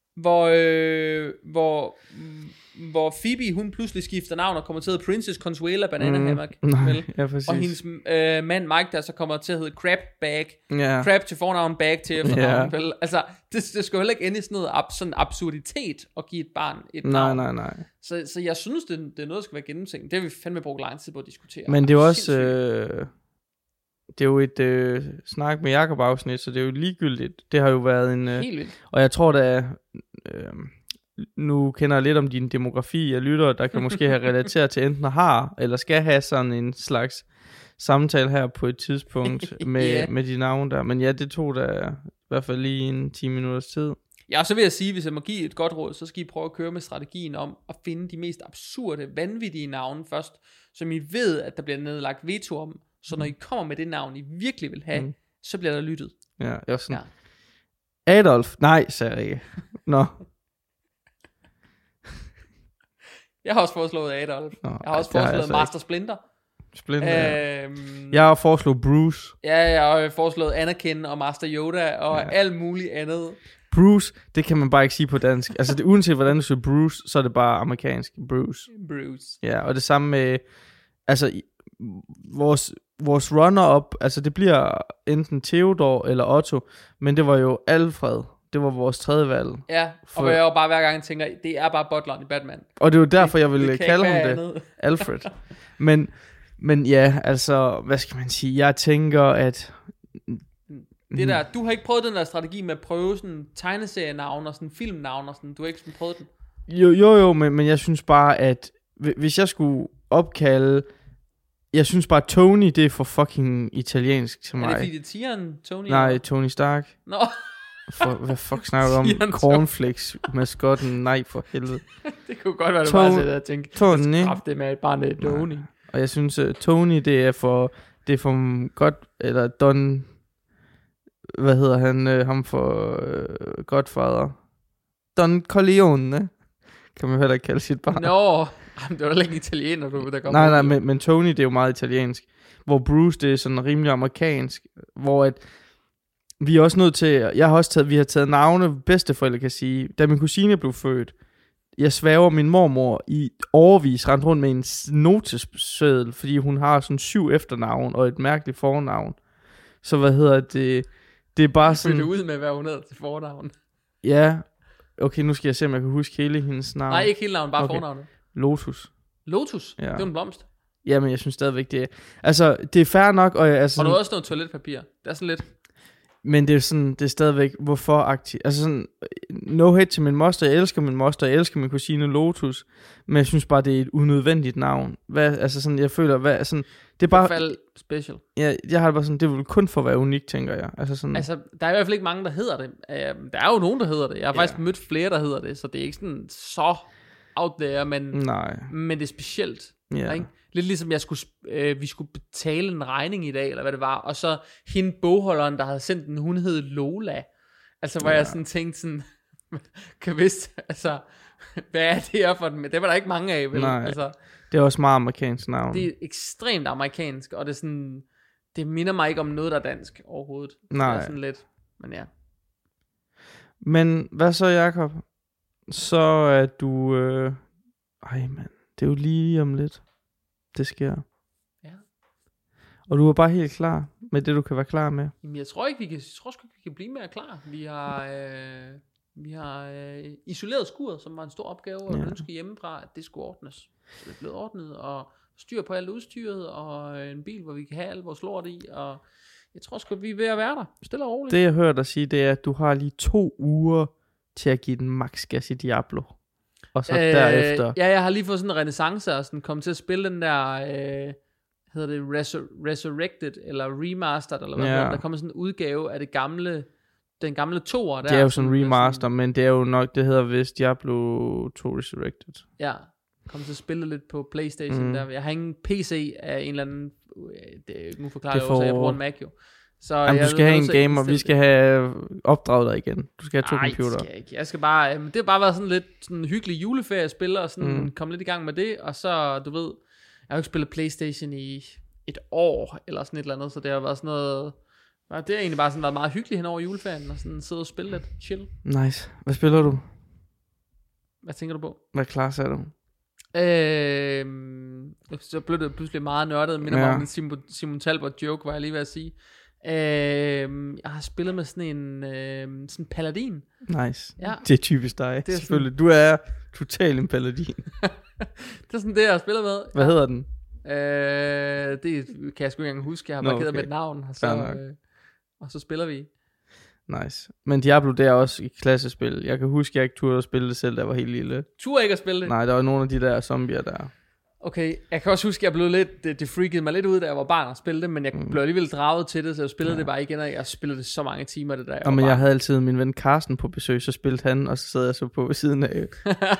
hvor Phoebe, hun pludselig skifter navn og kommer til at hedde Princess Consuela Banana Hammock. Og hendes mand Mike, der så kommer til at hedde Crab Bag. Crab til fornavn, Bag til efternavn. Altså, det skal jo heller ikke ende i sådan noget sådan absurditet at give et barn et navn.
Nej.
Så jeg synes, det er noget, der skal være gennemtænkt. Det har vi fandme brugt lang tid på at diskutere.
Men det er jo også... det er jo et snak med Jakob afsnit, så det er jo ligegyldigt. Det har jo været en...
Helt vildt.
Og jeg tror da... nu kender jeg lidt om din demografi af lyttere, der kan måske have relateret til enten har, eller skal have sådan en slags samtale her på et tidspunkt med de navne der. Men ja, det tog da i hvert fald lige en 10 minutters tid.
Ja, og så vil jeg sige, hvis jeg må give et godt råd, så skal I prøve at køre med strategien om at finde de mest absurde, vanvittige navne først, som I ved, at der bliver nedlagt veto om. Så når I kommer med det navn, I virkelig vil have, så bliver der lyttet.
Ja, jeg er sådan... Ja. Adolf? Nej, sagde jeg ikke. Nå.
Jeg har også foreslået Adolf. Jeg har også foreslået Master Splinter.
Jeg har foreslået Bruce.
Ja, jeg har foreslået Anakin og Master Yoda og alt muligt andet.
Bruce, det kan man bare ikke sige på dansk. Altså det, uanset hvordan du siger Bruce, så er det bare amerikansk. Bruce. Ja, og det samme med... Altså, vores runner-up, altså det bliver enten Theodor eller Otto, men det var jo Alfred. Det var vores tredje valg.
Ja, og jeg jo bare hver gang tænker, det er bare butleren i Batman.
Og det er jo derfor, jeg ville kalde ham det. Alfred. Men ja, altså, hvad skal man sige? Jeg tænker, at...
Det der, du har ikke prøvet den der strategi med at prøve sådan tegneserienavn og sådan filmnavn og sådan, du har ikke sådan prøvet den?
Jo, men jeg synes bare, at hvis jeg skulle opkalde Jeg synes bare, Tony, det er for fucking italiensk til mig.
Er det fordi, det er tigeren, Tony?
Nej, Tony Stark.
Nå.
Hvad fuck snakker du om? Cornflakes, maskotten? Nej, for helvede.
Det kunne godt være, det bare sætter at tænke.
Tony.
Det med et barn, Tony.
Og jeg synes, Tony, det er for godt, eller Don, hvad hedder han, ham for Godfather? Don Corleone, kan man heller ikke kalde sit barn.
Nå, det var da ikke italiener, der kom.
Nej, men Tony, det er jo meget italiensk. Hvor Bruce, det er sådan rimelig amerikansk. Hvor at vi er også nødt til, vi har taget navne, bedsteforældre kan sige, da min kusine blev født, jeg sværger min mormor i årevis rent rundt med en notesseddel, fordi hun har sådan 7 efternavn og et mærkeligt fornavn. Så hvad hedder det? Det er bare sådan...
Du ud med, hvad hun hedder til fornavn.
Ja. Okay, nu skal jeg se, om jeg kan huske hele hendes navn.
Nej, ikke hele navnet, bare fornavnet.
Lotus.
Lotus?
Ja.
Det er en blomst.
Jamen, jeg synes stadigvæk, det er... Altså, det er fair nok, og altså...
Og du har også noget toiletpapir. Det er sådan lidt...
Men det er sådan, det er stadigvæk, hvorfor aktivt? Altså sådan, no hate til min moster, jeg elsker min moster, jeg elsker min kusine Lotus, men jeg synes bare, det er et unødvendigt navn. Altså sådan, jeg føler, sådan, det er bare...
Fald special.
Ja, jeg har det bare sådan, det vil kun for at være unikt, tænker jeg. Altså,
der er i hvert fald ikke mange, der hedder det. Der er jo nogen, der hedder det. Jeg har faktisk mødt flere, der hedder det, så det er ikke sådan så out there, men det er specielt.
Yeah.
Ikke? Lidt ligesom vi skulle betale en regning i dag, eller hvad det var, og så hende bogholderen, der havde sendt den, hun hed Lola. Altså hvor jeg sådan tænkte sådan, kan vidst, altså, hvad er det her for den? Det var der ikke mange af, vel?
Nej,
altså,
det er også meget amerikansk navn.
Det er ekstremt amerikansk, og det er sådan, det minder mig ikke om noget, der er dansk overhovedet.
Nej.
Det er sådan lidt, men ja.
Men hvad så, Jakob? Så er du, mand, det er jo lige om lidt. Det sker.
Ja.
Og du er bare helt klar med det, du kan være klar med.
Jamen, jeg tror sgu ikke, vi kan blive mere klar. Vi har isoleret skuret, som var en stor opgave, og ønske hjemmefra, at det skulle ordnes. Så det er blevet ordnet, og styr på alt udstyret, og en bil, hvor vi kan have alt vores lort i, og jeg tror sgu, vi er ved at være der. Stille og roligt.
Det jeg hørte dig sige, det er, at du har lige 2 uger til at give den max gas i Diablo. Og så derefter...
Ja, jeg har lige fået sådan en renaissance, og sådan kommet til at spille den der, hedder det Resurrected, eller Remastered, eller hvad der kommer sådan en udgave af den gamle 2'er der.
Det er jo sådan en remaster, sådan, men det er jo nok, det hedder vist Diablo 2 Resurrected.
Ja, kom til at spille lidt på PlayStation der. Jeg har ingen PC af en eller anden, nu forklarer jeg jo, så jeg bruger en Mac jo. Så
jamen, du skal have en game, og vi skal have opdraget dig igen. Du skal have 2 computer.
Nej, det jeg skal bare, det har bare været sådan lidt sådan en hyggelig juleferie-spil, og sådan komme lidt i gang med det, og så, du ved, jeg har jo ikke spillet PlayStation i et år, eller sådan et eller andet, så det har været sådan noget, det har egentlig bare sådan været meget hyggeligt hen over juleferien, og sådan sidde og spille lidt, chill.
Nice. Hvad spiller du?
Hvad tænker du på?
Hvad klasse er du?
Så blev det pludselig meget nørdet, minder mig om en Simon Talbot joke, var jeg lige ved at sige. Jeg har spillet med sådan en sådan paladin.
Nice.
Ja.
Det er typisk dig. Det er selvfølgelig. Sådan... Du er totalt en paladin.
Det er sådan det, jeg har spillet med.
Hvad hedder den?
Det kan jeg sgu ikke engang huske. Jeg har markeret med et navn, og så spiller vi.
Nice. Men Diablo, det er også et klassespil. Jeg kan huske, jeg ikke turde at spille det selv, da jeg var helt lille.
Turde ikke at spille det?
Nej, der var nogle af de der zombier der.
Okay, jeg kan også huske, at jeg blev lidt, det freakede mig lidt ud, da jeg var barn og spillede det, men jeg blev alligevel draget til det, så jeg spillede det bare igen, og jeg spillede det så mange timer, det der jeg var
men
barn.
Jeg havde altid min ven Carsten på besøg, så spillede han, og så sad jeg så på ved siden af.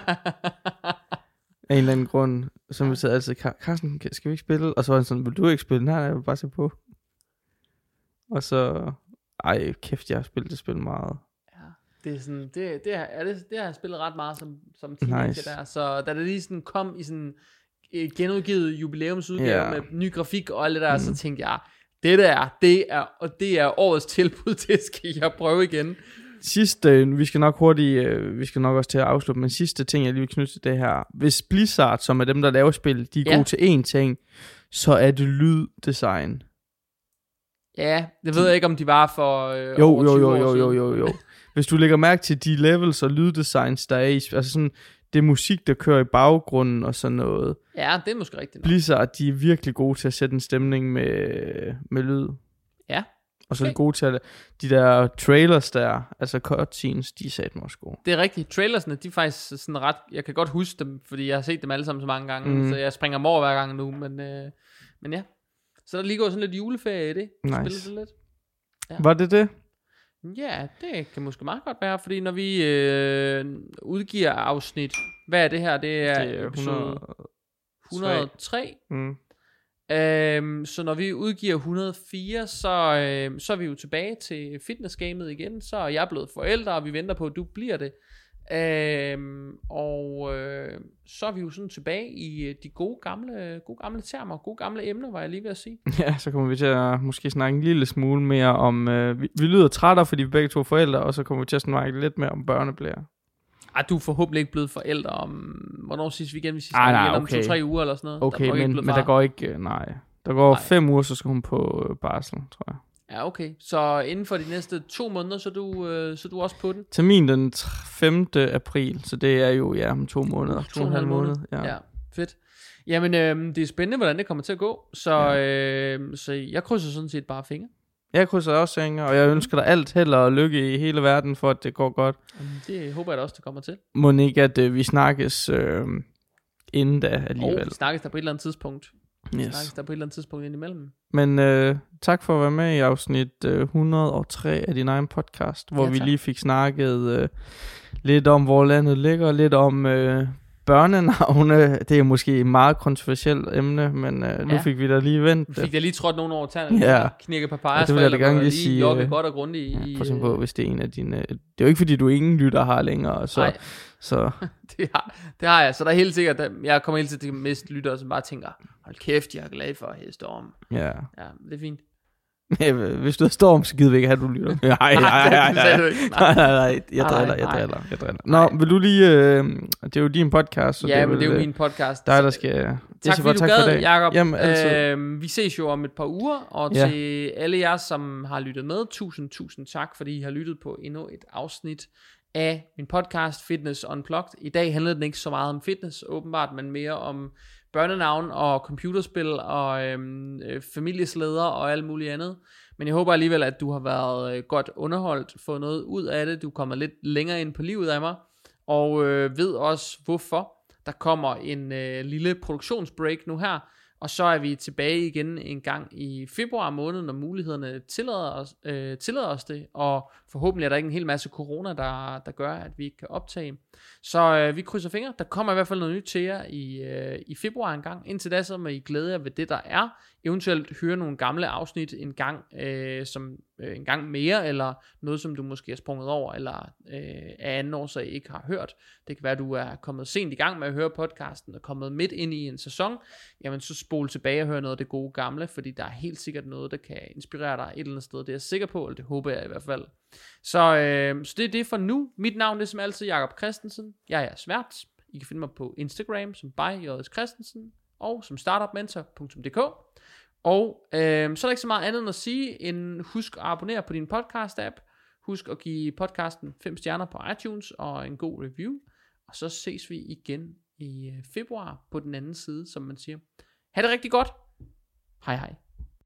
Af en eller anden grund, så vi sad altid, Carsten, skal vi ikke spille? Og så var han sådan, vil du ikke spille? Nej, jeg vil bare se på. Og så, kæft, jeg har spillet det spil meget.
Det er sådan, det har jeg spillet ret meget som teenager nice. Der, så da det lige sådan kom i sådan et genudgivet jubilæumsudgave med ny grafik og alt det der, så tænkte jeg, det er årets tilbud, det skal jeg prøve igen.
Sidste, vi skal nok også til at afslutte, men sidste ting, jeg lige vil knytte til det her. Hvis Blizzard, som er dem, der laver spil, de er gode til én ting, så er det lyddesign. Ja,
det ved jeg ikke, om de var for
Jo. Hvis du lægger mærke til de levels og lyddesigns, der er i, altså sådan, det musik, der kører i baggrunden og sådan noget.
Ja, det er måske rigtigt nok.
Blizzard, de er virkelig gode til at sætte en stemning med lyd.
Ja.
Og så er de gode til at, de der trailers der, altså cutscenes, de er satme også gode.
Det er rigtigt. Trailersne, de er faktisk sådan ret, jeg kan godt huske dem, fordi jeg har set dem alle sammen så mange gange, så jeg springer dem over hver gang nu, Men ja, så der lige går sådan lidt juleferie i det.
Nice.
Spiller det lidt. Ja.
Var det det?
Ja, det kan måske meget godt være, fordi når vi udgiver afsnit, hvad er det her? Det er episode 103. Så når vi udgiver 104, så er vi jo tilbage til fitnessgamet igen. Så er jeg blevet forældre, og vi venter på, at du bliver det. Så er vi jo sådan tilbage i de gode gamle termer, gode gamle emner, var jeg lige ved at sige.
Ja, så kommer vi til at måske snakke en lille smule mere om, vi lyder trætte, fordi vi begge to er forældre, og så kommer vi til at snakke lidt mere om børneblære.
Du er forhåbentlig ikke blevet forældre om, hvornår sidst weekend, hvis vi snakker om 2-3 uger eller sådan noget.
Okay, men der går ikke, der går 5 uger, så skal hun på barsel, tror jeg.
Ja, okay. Så inden for de næste 2 måneder, så er du også på den?
Termin den 5. april, så det er jo om 2 måneder. 2,5 måneder.
Ja, fedt. Jamen, det er spændende, hvordan det kommer til at gå. Så jeg krydser sådan set bare fingre.
Jeg krydser også fingre, og jeg ønsker dig alt held og lykke i hele verden, for at det går godt.
Det håber jeg da også, det kommer til.
Må ikke, at vi snakkes inden da alligevel.
Vi snakkes der på et eller andet tidspunkt. Indimellem.
Men tak for at være med i afsnit 103 af din egen podcast, hvor vi lige fik snakket lidt om, hvor landet ligger, lidt om børnenavne. Det er måske et meget kontroversielt emne, men nu fik vi da lige vendt.
Fik jeg lige trådt nogen over tæerne, knirke papayas,
det vil jeg da gerne lige sige.
Jogge godt og grundigt i.
Prøv at tænke på, hvis det er en af dine. Det er jo ikke fordi du ingen lytter har længere, så.
Nej.
Så
det har jeg. Så der er helt sikkert, jeg kommer helt til at miste lyttere, som bare tænker, hold kæft, jeg er glad for at have Storm.
Ja,
det er fint.
Hvis du har Storm, så gider vi ikke have, du lytter. Nej, jeg driller. Nå, vil du lige, det er jo din podcast. Så
men det er jo min podcast.
Dig, der skal.
Tak fordi du gad, Jacob.
Jamen,
vi ses jo om et par uger, og til alle jer, som har lyttet med, tusind tak, fordi I har lyttet på endnu et afsnit af min podcast Fitness Unplugged. I dag handlede den ikke så meget om fitness, åbenbart, men mere om børnenavn og computerspil og familieslæder og alt muligt andet. Men jeg håber alligevel, at du har været godt underholdt, fået noget ud af det. Du kommer lidt længere ind på livet af mig, og ved også hvorfor. Der kommer en lille produktionsbreak nu her, og så er vi tilbage igen en gang i februar måned, når mulighederne tillader os det, og forhåbentlig er der ikke en hel masse corona, der gør, at vi ikke kan optage. Så vi krydser fingre. Der kommer i hvert fald noget nyt til jer i februar en gang. Indtil da så må I glæde jer ved det, der er. Eventuelt høre nogle gamle afsnit en gang mere, eller noget, som du måske har sprunget over, eller af anden årsag ikke har hørt. Det kan være, at du er kommet sent i gang med at høre podcasten, og kommet midt ind i en sæson. Jamen, så spol tilbage og hør noget af det gode gamle, fordi der er helt sikkert noget, der kan inspirere dig et eller andet sted. Det er jeg sikker på, eller det håber jeg i hvert fald. Så det er det for nu. Mit navn er som altid Jacob Christensen. Jeg er svært. I kan finde mig på Instagram som @js_christensen og som startupmentor.dk. Og så er der ikke så meget andet end at sige, end husk at abonnere på din podcast-app. Husk at give podcasten 5 stjerner på iTunes og en god review. Og så ses vi igen i februar på den anden side, som man siger. Ha' det rigtig godt. Hej hej.